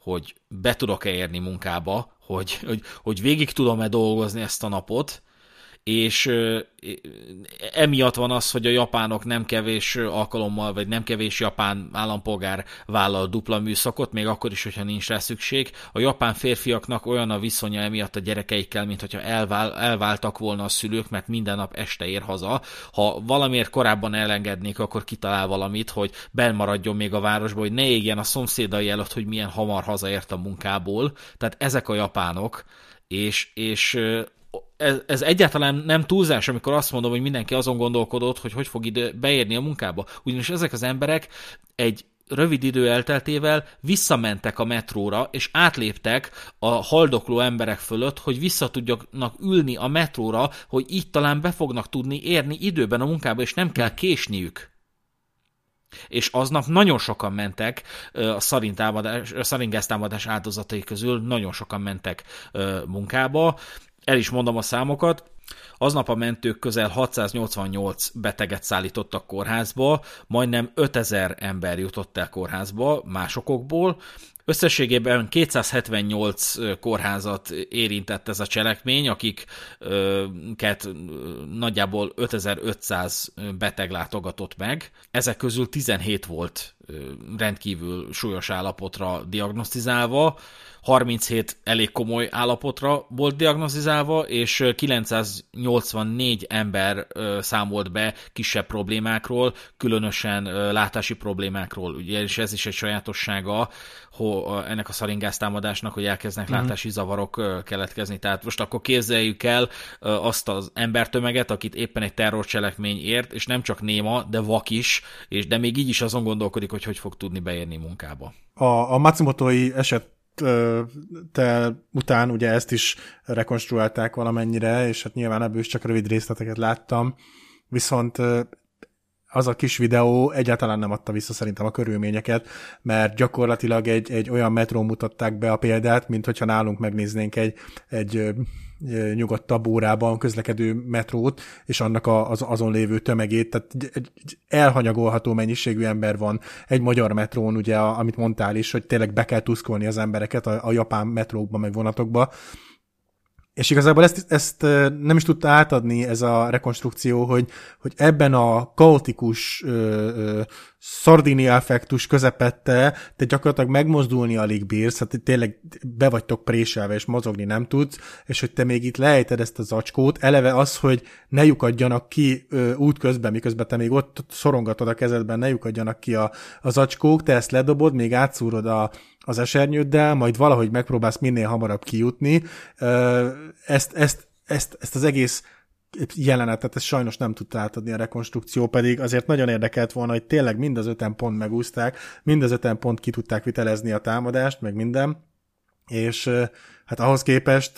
hogy be tudok-e érni munkába, hogy, hogy, hogy végig tudom-e dolgozni ezt a napot, és emiatt van az, hogy a japánok nem kevés alkalommal, vagy nem kevés japán állampolgár vállal dupla műszakot, még akkor is, hogyha nincs rá szükség. A japán férfiaknak olyan a viszonya emiatt a gyerekeikkel, mint hogyha elvál, elváltak volna a szülők, mert minden nap este ér haza. Ha valamiért korábban elengednék, akkor kitalál valamit, hogy benmaradjon még a városba, hogy ne égjen a szomszédai előtt, hogy milyen hamar hazaért a munkából. Tehát ezek a japánok, és, és Ez, ez egyáltalán nem túlzás, amikor azt mondom, hogy mindenki azon gondolkodott, hogy hogy fog idő beérni a munkába. Ugyanis ezek az emberek egy rövid idő elteltével visszamentek a metróra, és átléptek a haldokló emberek fölött, hogy vissza tudjanak ülni a metróra, hogy így talán be fognak tudni érni időben a munkába, és nem kell késniük. És aznap nagyon sokan mentek a szaringáztámadás áldozatai közül, nagyon sokan mentek munkába. El is mondom a számokat, aznap a mentők közel hatszáznyolcvannyolc beteget szállítottak kórházba, majdnem ötezer ember jutott el kórházba más okokból. Összességében kétszázhetvennyolc kórházat érintett ez a cselekmény, akiket nagyjából ötezer-ötszáz beteg látogatott meg. Ezek közül tizenhét volt rendkívül súlyos állapotra diagnosztizálva, harminchét elég komoly állapotra volt diagnosztizálva, és kilencszáznyolcvannégy ember számolt be kisebb problémákról, különösen látási problémákról. Ugye, és ez is egy sajátossága ennek a szaringáztámadásnak, hogy elkezdnek mm-hmm. látási zavarok keletkezni. Tehát most akkor képzeljük el azt az embertömeget, akit éppen egy terrorcselekmény ért, és nem csak néma, de vak is, és de még így is azon gondolkodik, hogy hogy fog tudni beérni munkába. A, a Matsumoto-i eset te után ugye ezt is rekonstruálták valamennyire, és hát nyilván ebből is csak rövid részleteket láttam, viszont az a kis videó egyáltalán nem adta vissza szerintem a körülményeket, mert gyakorlatilag egy, egy olyan metrón mutatták be a példát, mint hogyha nálunk megnéznénk egy, egy nyugodtabb órában közlekedő metrót, és annak a, az, azon lévő tömegét, tehát egy elhanyagolható mennyiségű ember van egy magyar metrón, ugye, amit mondtál is, hogy tényleg be kell tuszkolni az embereket a, a japán metrókba, meg vonatokba. És igazából ezt, ezt nem is tudta átadni ez a rekonstrukció, hogy, hogy ebben a kaotikus Sardinia-effektus közepette te gyakorlatilag megmozdulni alig bírsz, hát tényleg be vagytok préselve, és mozogni nem tudsz, és hogy te még itt lejted ezt a zacskót, eleve az, hogy ne lyukadjanak ki ö, útközben, miközben te még ott szorongatod a kezedben, ne lyukadjanak ki a, a zacskók, te ezt ledobod, még átszúrod a az esernyőddel, majd valahogy megpróbálsz minél hamarabb kijutni. Ezt, ezt, ezt, ezt az egész jelenetet, ezt sajnos nem tudta átadni a rekonstrukció, pedig azért nagyon érdekelt volna, hogy tényleg mind az öten pont megúszták, mind az öten pont ki tudták vitelezni a támadást, meg minden, és hát ahhoz képest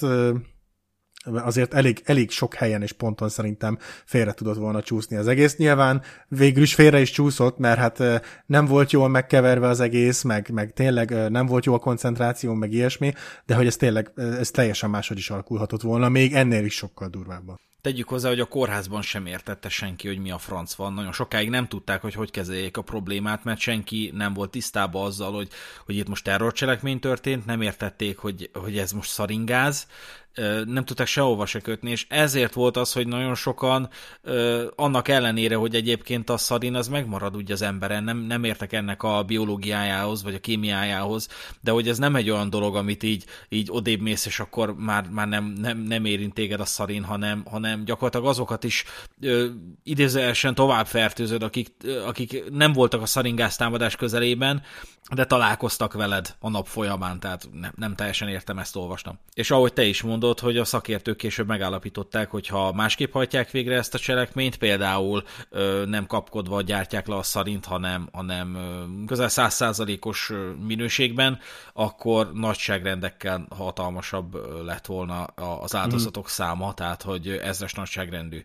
azért elég, elég sok helyen és ponton szerintem félre tudott volna csúszni az egész. Nyilván végül is félre is csúszott, mert hát nem volt jól megkeverve az egész, meg, meg tényleg nem volt jó a koncentráció, meg ilyesmi, de hogy ez tényleg, ez teljesen máshogy is alakulhatott volna, még ennél is sokkal durvábban. Tegyük hozzá, hogy a kórházban sem értette senki, hogy mi a franc van. Nagyon sokáig nem tudták, hogy hogy kezeljék a problémát, mert senki nem volt tisztában azzal, hogy, hogy itt most terrorcselekmény történt, nem értették, hogy, hogy ez most szaringáz, nem tudták sehova se kötni, és ezért volt az, hogy nagyon sokan annak ellenére, hogy egyébként a szarin az megmarad úgy az emberen, nem, nem értek ennek a biológiájához, vagy a kémiájához, de hogy ez nem egy olyan dolog, amit így, így odébb mész, és akkor már, már nem, nem, nem érint téged a szarin, hanem, hanem gyakorlatilag azokat is idézőesen tovább fertőzöd, akik, akik nem voltak a szaringáztámadás közelében, de találkoztak veled a nap folyamán, tehát nem, nem teljesen értem, ezt olvastam. És ahogy te is mondod, hogy a szakértők később megállapították, hogy ha másképp hajtják végre ezt a cselekményt, például ö, nem kapkodva gyártják le a szarint, hanem, hanem ö, közel száz százalékos minőségben, akkor nagyságrendekkel hatalmasabb lett volna az áldozatok mm. száma, tehát hogy ezres nagyságrendű.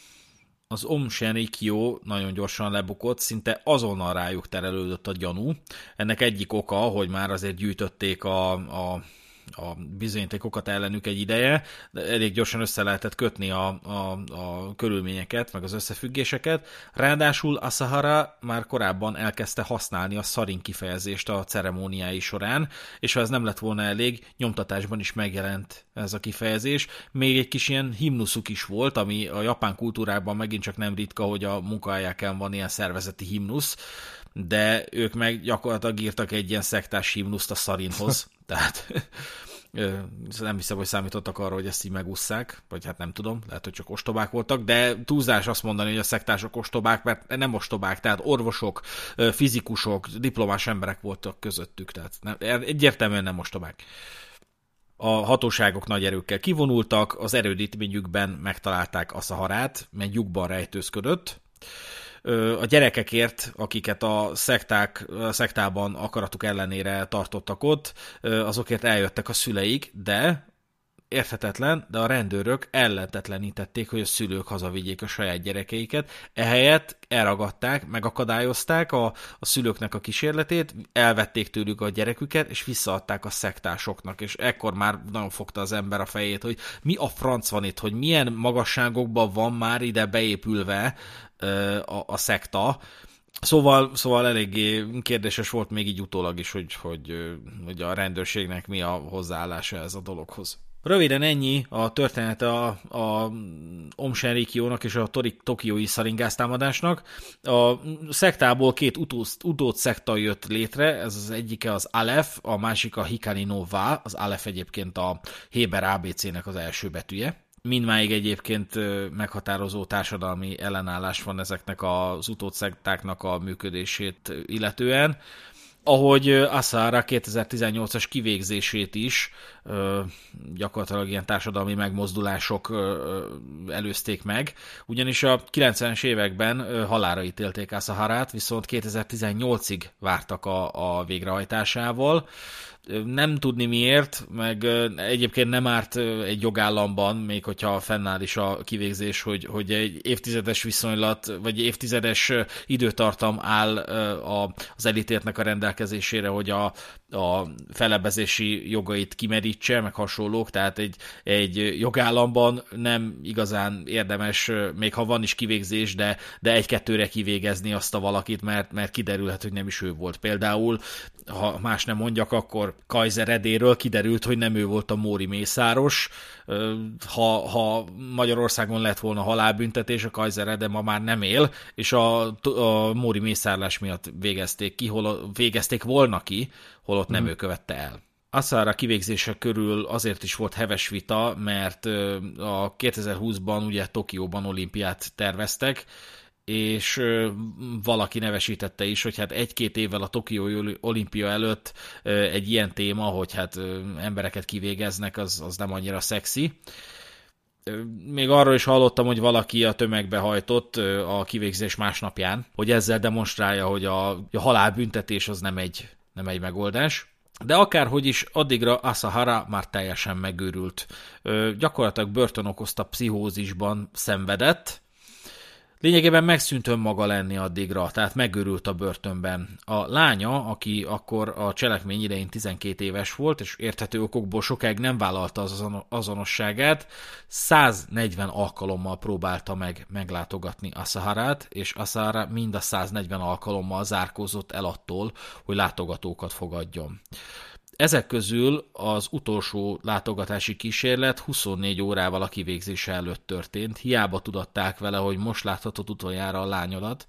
Az Aum Shinrikyo nagyon gyorsan lebukott, szinte azonnal rájuk terelődött a gyanú. Ennek egyik oka, hogy már azért gyűjtötték a, a a bizonyítékokat ellenük egy ideje, de elég gyorsan össze lehetett kötni a, a, a körülményeket, meg az összefüggéseket. Ráadásul Asahara már korábban elkezdte használni a szarin kifejezést a ceremóniái során, és ha ez nem lett volna elég, nyomtatásban is megjelent ez a kifejezés. Még egy kis ilyen himnuszuk is volt, ami a japán kultúrában megint csak nem ritka, hogy a munkahelyeken van ilyen szervezeti himnusz, de ők meg gyakorlatilag írtak egy ilyen szektás himnuszt a szarinhoz. Tehát nem hiszem, hogy számítottak arra, hogy ezt így megússzák, vagy hát nem tudom, lehet, hogy csak ostobák voltak, de túlzás azt mondani, hogy a szektások ostobák, mert nem ostobák, tehát orvosok, fizikusok, diplomás emberek voltak közöttük, tehát nem, egyértelműen nem ostobák. A hatóságok nagy erőkkel kivonultak, az erődítményükben megtalálták Asaharát, mert lyukban rejtőzködött. A gyerekekért, akiket a, szekták, a szektában akaratuk ellenére tartottak ott, azokért eljöttek a szüleik, de érthetetlen, de a rendőrök ellehetetlenítették, hogy a szülők hazavigyék a saját gyerekeiket. Ehelyett elragadták, megakadályozták a, a szülőknek a kísérletét, elvették tőlük a gyereküket, és visszaadták a szektásoknak, és ekkor már nagyon fogta az ember a fejét, hogy mi a franc van itt, hogy milyen magasságokban van már ide beépülve a, a szekta. Szóval, szóval eléggé kérdéses volt még így utólag is, hogy, hogy, hogy a rendőrségnek mi a hozzáállása ez a dologhoz. Röviden ennyi a története a, a Aum Shinrikyo-nak és a tokiói szaringáztámadásnak. A szektából két utód, utód szekta jött létre, ez az egyike az Aleph, a másik a Hikari no Wa, az Aleph egyébként a Héber á bé cének az első betűje. Mindmáig egyébként meghatározó társadalmi ellenállás van ezeknek az utódszektáknak a működését illetően. Ahogy Asahara kétezer-tizennyolcas kivégzését is gyakorlatilag ilyen társadalmi megmozdulások előzték meg, ugyanis a kilencvenes években halálra ítélték Asaharát, viszont kétezer-tizennyolcig vártak a, a végrehajtásával. Nem tudni miért, meg egyébként nem árt egy jogállamban, még hogyha fennáll is a kivégzés, hogy, hogy egy évtizedes viszonylat, vagy évtizedes időtartam áll az elítéltnek a rendelkezésére, hogy a, a fellebezési jogait kimerítse, meg hasonlók, tehát egy, egy jogállamban nem igazán érdemes, még ha van is kivégzés, de, de egy-kettőre kivégezni azt a valakit, mert, mert kiderülhet, hogy nem is ő volt. Például, ha más nem mondjak, akkor Kaiser Edéről kiderült, hogy nem ő volt a móri mészáros. Ha, ha Magyarországon lett volna halálbüntetés, a Kaiser Ede ma már nem él, és a, a móri mészárlás miatt végezték ki, hol, végezték volna ki, holott nem mm. ő követte el. Asahara kivégzése körül azért is volt heves vita, mert a kétezer-húszban ugye Tokióban olimpiát terveztek, és valaki nevesítette is, hogy hát egy-két évvel a Tokiói olimpia előtt egy ilyen téma, hogy hát embereket kivégeznek, az, az nem annyira szexi. Még arról is hallottam, hogy valaki a tömegbe hajtott a kivégzés másnapján, hogy ezzel demonstrálja, hogy a, a halálbüntetés az nem egy, nem egy megoldás. De akárhogy is, addigra Asahara már teljesen megőrült. Gyakorlatilag börtön okozta pszichózisban szenvedett. Lényegében megszűnt önmaga lenni addigra, tehát megőrült a börtönben. A lánya, aki akkor a cselekmény idején tizenkét éves volt, és érthető okokból sokáig nem vállalta az azonosságát, száznegyven alkalommal próbálta meg meglátogatni Asaharát, és Asahara mind a száznegyven alkalommal zárkózott el attól, hogy látogatókat fogadjon. Ezek közül az utolsó látogatási kísérlet huszonnégy órával a kivégzése előtt történt. Hiába tudatták vele, hogy most láthatod utoljára a lányodat.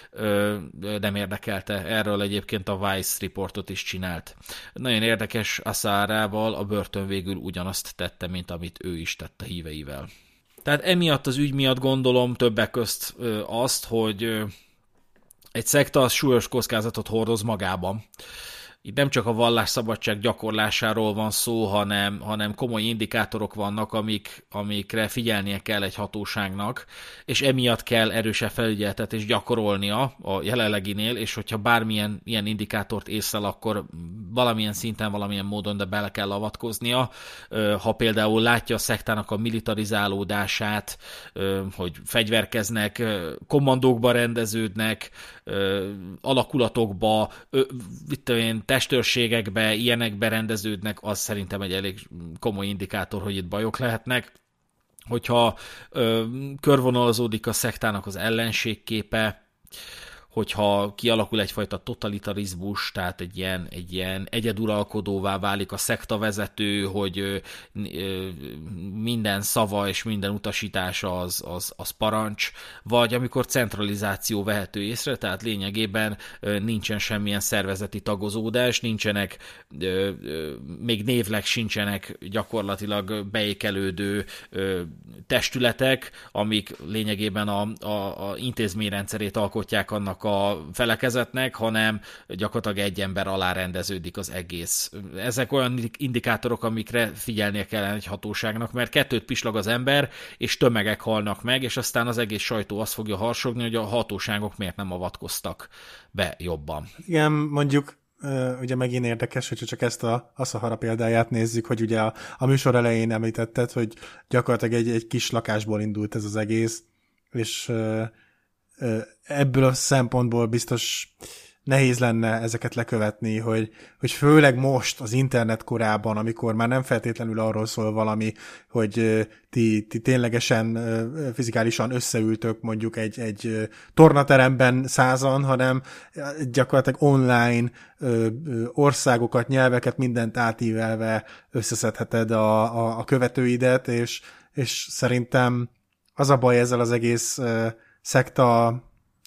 Nem érdekelte. Erről egyébként a Vice riportot is csinált. Nagyon érdekes, Asaharával a börtön végül ugyanazt tette, mint amit ő is tett a híveivel. Tehát emiatt az ügy miatt gondolom többek közt azt, hogy egy szekta az súlyos kockázatot hordoz magában. Itt nem csak a vallásszabadság gyakorlásáról van szó, hanem, hanem komoly indikátorok vannak, amik, amikre figyelnie kell egy hatóságnak, és emiatt kell erősebb felügyeltetést gyakorolnia a jelenleginél, és hogyha bármilyen ilyen indikátort észlel, akkor valamilyen szinten, valamilyen módon, de bele kell avatkoznia. Ha például látja a szektának a militarizálódását, hogy fegyverkeznek, kommandókba rendeződnek, alakulatokba, mit tudom én, testőrségekbe, ilyenekbe rendeződnek, az szerintem egy elég komoly indikátor, hogy itt bajok lehetnek. Hogyha ö, körvonalazódik a szektának az ellenségképe, hogyha kialakul egyfajta totalitarizmus, tehát egy ilyen, egy ilyen egyeduralkodóvá válik a szektavezető, hogy ö, ö, minden szava és minden utasítása az, az, az parancs, vagy amikor centralizáció vehető észre, tehát lényegében ö, nincsen semmilyen szervezeti tagozódás, nincsenek, ö, ö, még névleg sincsenek gyakorlatilag beékelődő ö, testületek, amik lényegében a, a, a intézményrendszerét alkotják annak a felekezetnek, hanem gyakorlatilag egy ember alá rendeződik az egész. Ezek olyan indikátorok, amikre figyelnie kellene egy hatóságnak, mert kettőt pislag az ember, és tömegek halnak meg, és aztán az egész sajtó azt fogja harsogni, hogy a hatóságok miért nem avatkoztak be jobban. Igen, mondjuk ugye megint érdekes, hogyha csak ezt a Aszahara példáját nézzük, hogy ugye a, a műsor elején említetted, hogy gyakorlatilag egy, egy kis lakásból indult ez az egész, és ebből a szempontból biztos nehéz lenne ezeket lekövetni, hogy, hogy főleg most az internet korában, amikor már nem feltétlenül arról szól valami, hogy ti, ti ténylegesen fizikálisan összeültök mondjuk egy, egy tornateremben százan, hanem gyakorlatilag online országokat, nyelveket, mindent átívelve összeszedheted a, a, a követőidet, és, és szerintem az a baj ezzel az egész szekta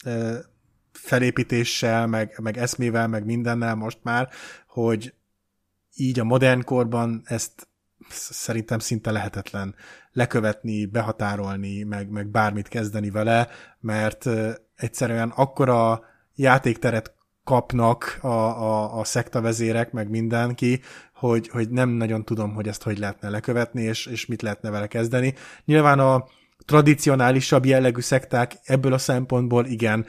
felépítéssel, meg, meg eszmével, meg mindennel most már, hogy így a modern korban ezt szerintem szinte lehetetlen lekövetni, behatárolni, meg, meg bármit kezdeni vele, mert egyszerűen akkora játékteret kapnak a, a, a szektavezérek, meg mindenki, hogy, hogy nem nagyon tudom, hogy ezt hogy lehetne lekövetni, és, és mit lehetne vele kezdeni. Nyilván a tradicionálisabb jellegű szekták ebből a szempontból igen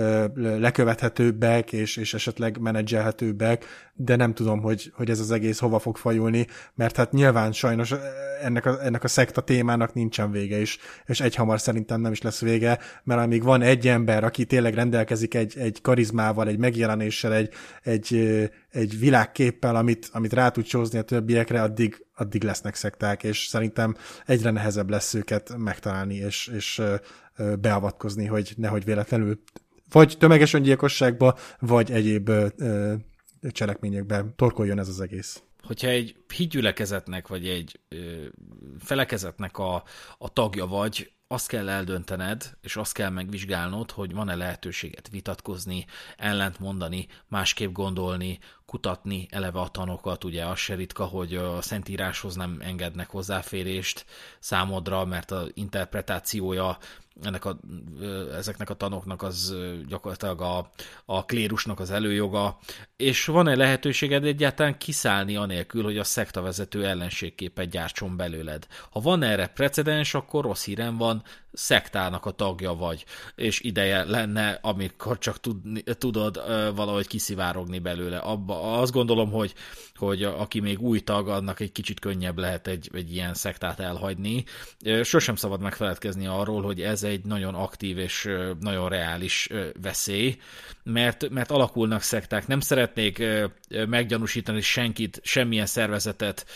lekövethetőbbek, és, és esetleg menedzselhetőbbek, de nem tudom, hogy, hogy ez az egész hova fog fajulni, mert hát nyilván sajnos ennek a, ennek a szekta témának nincsen vége is, és egyhamar szerintem nem is lesz vége, mert amíg van egy ember, aki tényleg rendelkezik egy, egy karizmával, egy megjelenéssel, egy, egy, egy világképpel, amit, amit rá tud csózni a többiekre, addig, addig lesznek szekták, és szerintem egyre nehezebb lesz őket megtalálni, és, és beavatkozni, hogy nehogy véletlenül vagy tömeges öngyilkosságba, vagy egyéb cselekményekben torkoljon ez az egész. Hogyha egy hídgyülekezetnek, vagy egy ö, felekezetnek a, a tagja vagy, azt kell eldöntened, és azt kell megvizsgálnod, hogy van-e lehetőséget vitatkozni, ellent mondani, másképp gondolni, kutatni eleve a tanokat, ugye az se ritka, hogy a Szentíráshoz nem engednek hozzáférést számodra, mert az interpretációja ennek a, ezeknek a tanoknak az gyakorlatilag a, a klérusnak az előjoga, és van-e lehetőséged egyáltalán kiszállni anélkül, hogy a szektavezető ellenségképet gyártson belőled. Ha van erre precedens, akkor rossz hírem van, szektának a tagja vagy, és ideje lenne, amikor csak tudni, tudod valahogy kiszivárogni belőle. Abba, azt gondolom, hogy, hogy aki még új tag, annak egy kicsit könnyebb lehet egy, egy ilyen szektát elhagyni. Sosem szabad megfeledkezni arról, hogy ez egy nagyon aktív és nagyon reális veszély, mert, mert alakulnak szekták. Nem szeretnék meggyanúsítani senkit, semmilyen szervezetet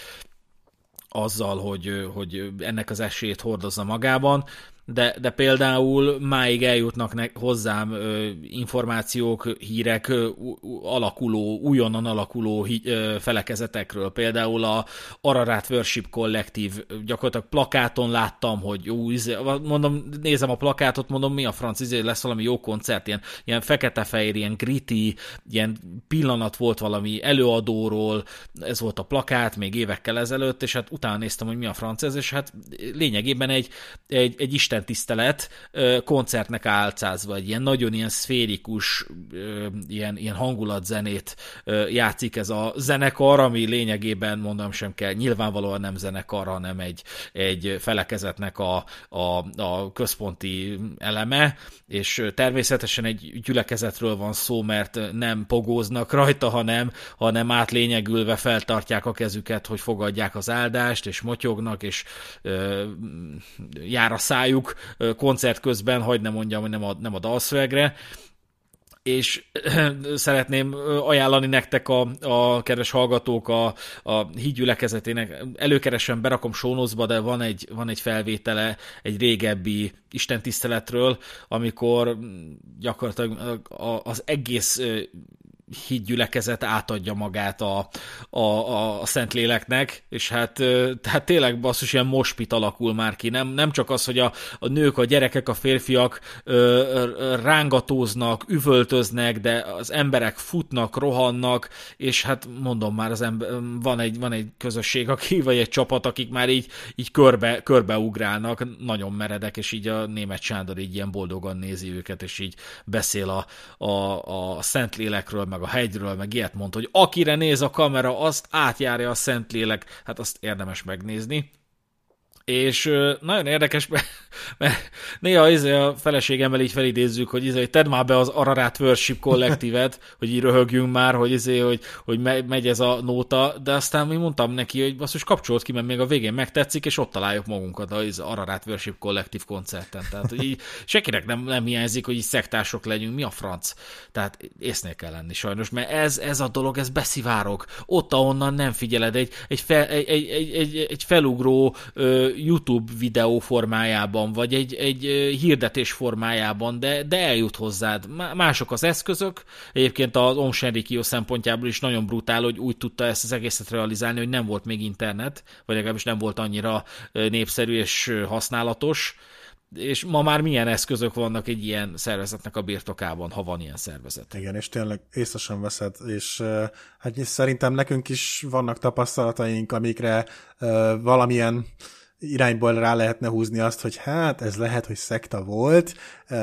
azzal, hogy, hogy ennek az esélyét hordozza magában, de, de például máig eljutnak ne, hozzám ö, információk, hírek ö, alakuló, újonnan alakuló hí, ö, felekezetekről. Például a Ararat Worship Collective, gyakorlatilag plakáton láttam, hogy jó, izé, mondom, nézem a plakátot, mondom, mi a franc, izé, lesz valami jó koncert, ilyen, ilyen fekete-fehér, ilyen gritty, ilyen pillanat volt valami előadóról, ez volt a plakát még évekkel ezelőtt, és hát utána néztem, hogy mi a franc ez, és hát lényegében egy, egy, egy Isten tisztelet koncertnek álcázva, egy ilyen nagyon ilyen szférikus, ilyen, ilyen hangulatzenét játszik ez a zenekar, ami lényegében, mondom sem kell, nyilvánvalóan nem zenekar, hanem egy, egy felekezetnek a, a, a központi eleme, és természetesen egy gyülekezetről van szó, mert nem pogóznak rajta, hanem, hanem átlényegülve feltartják a kezüket, hogy fogadják az áldást, és motyognak, és ö, jár a szájuk koncert közben, hagyd ne mondjam, hogy nem a, nem a dalszövegre, és szeretném ajánlani nektek a, a kedves hallgatók a, a hídgyülekezetének. Előkeresen berakom show notes-ba, de van egy, van egy felvétele egy régebbi istentiszteletről, amikor gyakorlatilag az egész hídgyülekezet átadja magát a, a, a, a Szentléleknek, és hát, tehát tényleg basszus, ilyen mospit alakul már ki. Nem, nem csak az, hogy a, a nők, a gyerekek, a férfiak ö, ö, rángatóznak, üvöltöznek, de az emberek futnak, rohannak, és hát mondom már, az ember, van, egy, van egy közösség, aki, vagy egy csapat, akik már így, így körbe, körbeugrálnak, nagyon meredek, és így a német Sándor így ilyen boldogan nézi őket, és így beszél a, a, a Szentlélekről, meg a hegyről, meg ilyet mond, hogy akire néz a kamera, azt átjárja a Szentlélek, hát azt érdemes megnézni. És nagyon érdekes, mert, mert néha izé a feleségemmel így felidézzük, hogy, izé, hogy tedd már be az Ararat Worship kollektívet, hogy így röhögjünk már, hogy, izé, hogy, hogy megy ez a nóta, de aztán mi mondtam neki, hogy basszus, kapcsolt ki, mert még a végén megtetszik, és ott találjuk magunkat az Ararat Worship kollektív koncerten. Tehát, hogy így senkinek nem, nem hiányzik, hogy így szektások legyünk, mi a franc? Tehát észnél kell lenni sajnos, mert ez, ez a dolog, ez beszivárog. Ott, ahonnan nem figyeled, egy, egy, fel, egy, egy, egy, egy, egy felugró YouTube videó formájában, vagy egy, egy hirdetés formájában, de, de eljut hozzád. Mások az eszközök. Egyébként az Om Shinrikyo szempontjából is nagyon brutál, hogy úgy tudta ezt az egészet realizálni, hogy nem volt még internet, vagy legalábbis nem volt annyira népszerű és használatos. És ma már milyen eszközök vannak egy ilyen szervezetnek a birtokában, ha van ilyen szervezet. Igen, és tényleg észre sem veszed, és hát szerintem nekünk is vannak tapasztalataink, amikre valamilyen irányból rá lehetne húzni azt, hogy hát ez lehet, hogy szekta volt,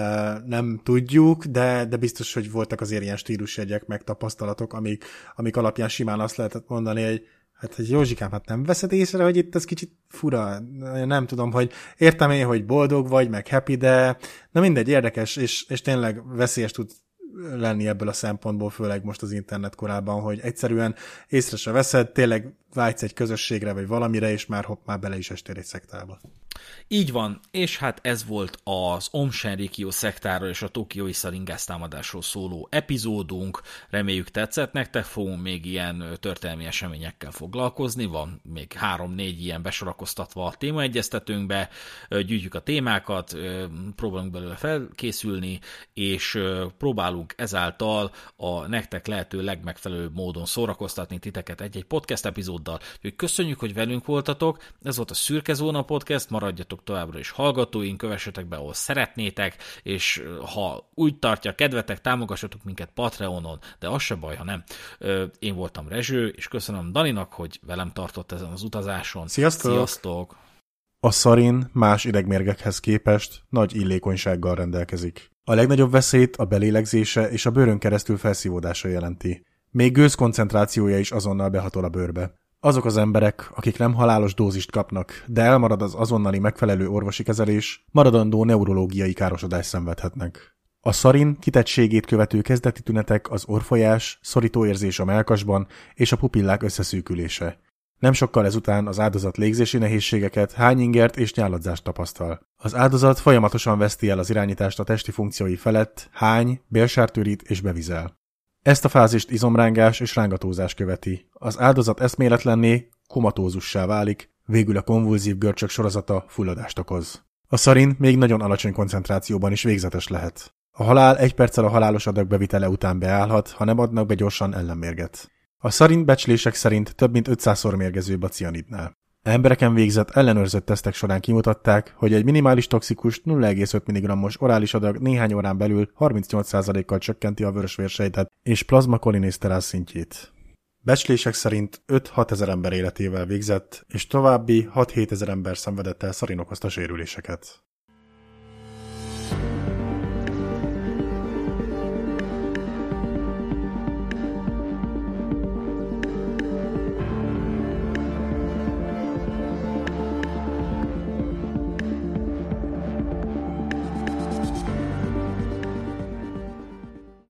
nem tudjuk, de, de biztos, hogy voltak azért ilyen stílusjegyek, meg tapasztalatok, amik, amik alapján simán azt lehetett mondani, hogy hát, hogy Józsikám, hát nem veszed észre, hogy itt ez kicsit fura. Nem tudom, hogy értem én, hogy boldog vagy, meg happy, de na mindegy, érdekes, és, és tényleg veszélyes tud lenni ebből a szempontból, főleg most az internet korában, hogy egyszerűen észre se veszed, tényleg vágysz egy közösségre, vagy valamire, és már hopp, már bele is estél egy szektába. Így van, és hát ez volt az Om Shinrikyo szektáról és a tokiói szaringáztámadásról szóló epizódunk. Reméljük tetszett nektek, fogunk még ilyen történelmi eseményekkel foglalkozni, van még három-négy ilyen besorakoztatva a témaegyeztetőnkbe, gyűjtjük a témákat, próbálunk belőle felkészülni, és próbálunk ezáltal a nektek lehető legmegfelelőbb módon szórakoztatni titeket egy-egy podcast epizóddal. Úgyhogy köszönjük, hogy velünk voltatok, ez volt a Szürke Zóna Podcast, maradjatok továbbra is hallgatóink, kövessetek be, ahol szeretnétek, és ha úgy tartja kedvetek, támogassatok minket Patreonon, de az se baj, ha nem. Én voltam Rezső, és köszönöm Daninak, hogy velem tartott ezen az utazáson. Sziasztok! Sziasztok! A szarin más idegmérgekhez képest nagy illékonysággal rendelkezik. A legnagyobb veszélyt a belélegzése és a bőrön keresztül felszívódása jelenti. Még gőz koncentrációja is azonnal behatol a bőrbe. Azok az emberek, akik nem halálos dózist kapnak, de elmarad az azonnali megfelelő orvosi kezelés, maradandó neurológiai károsodást szenvedhetnek. A szarin kitettségét követő kezdeti tünetek az orrfolyás, szorítóérzés a mellkasban és a pupillák összeszűkülése. Nem sokkal ezután az áldozat légzési nehézségeket, hányingert és nyáladzást tapasztal. Az áldozat folyamatosan veszti el az irányítást a testi funkciói felett, hány, bélsártörít és bevizel. Ezt a fázist izomrángás és rángatózás követi. Az áldozat eszméletlenné, komatózussá válik, végül a konvulzív görcsök sorozata fulladást okoz. A szarin még nagyon alacsony koncentrációban is végzetes lehet. A halál egy perccel a halálos adag bevitele után beállhat, ha nem adnak be gyorsan ellenmérget. A szarin becslések szerint több mint ötszázszor mérgezőbb a cianidnál. Embereken végzett ellenőrzött tesztek során kimutatták, hogy egy minimális toxikus nulla egész öt milligrammos orális adag néhány órán belül harmincnyolc százalékkal csökkenti a vörösvérsejtet és plazmakolinészterál szintjét. Becslések szerint öt-hat ezer ember életével végzett, és további hat-hét ezer ember szenvedett el szarin okozta sérüléseket.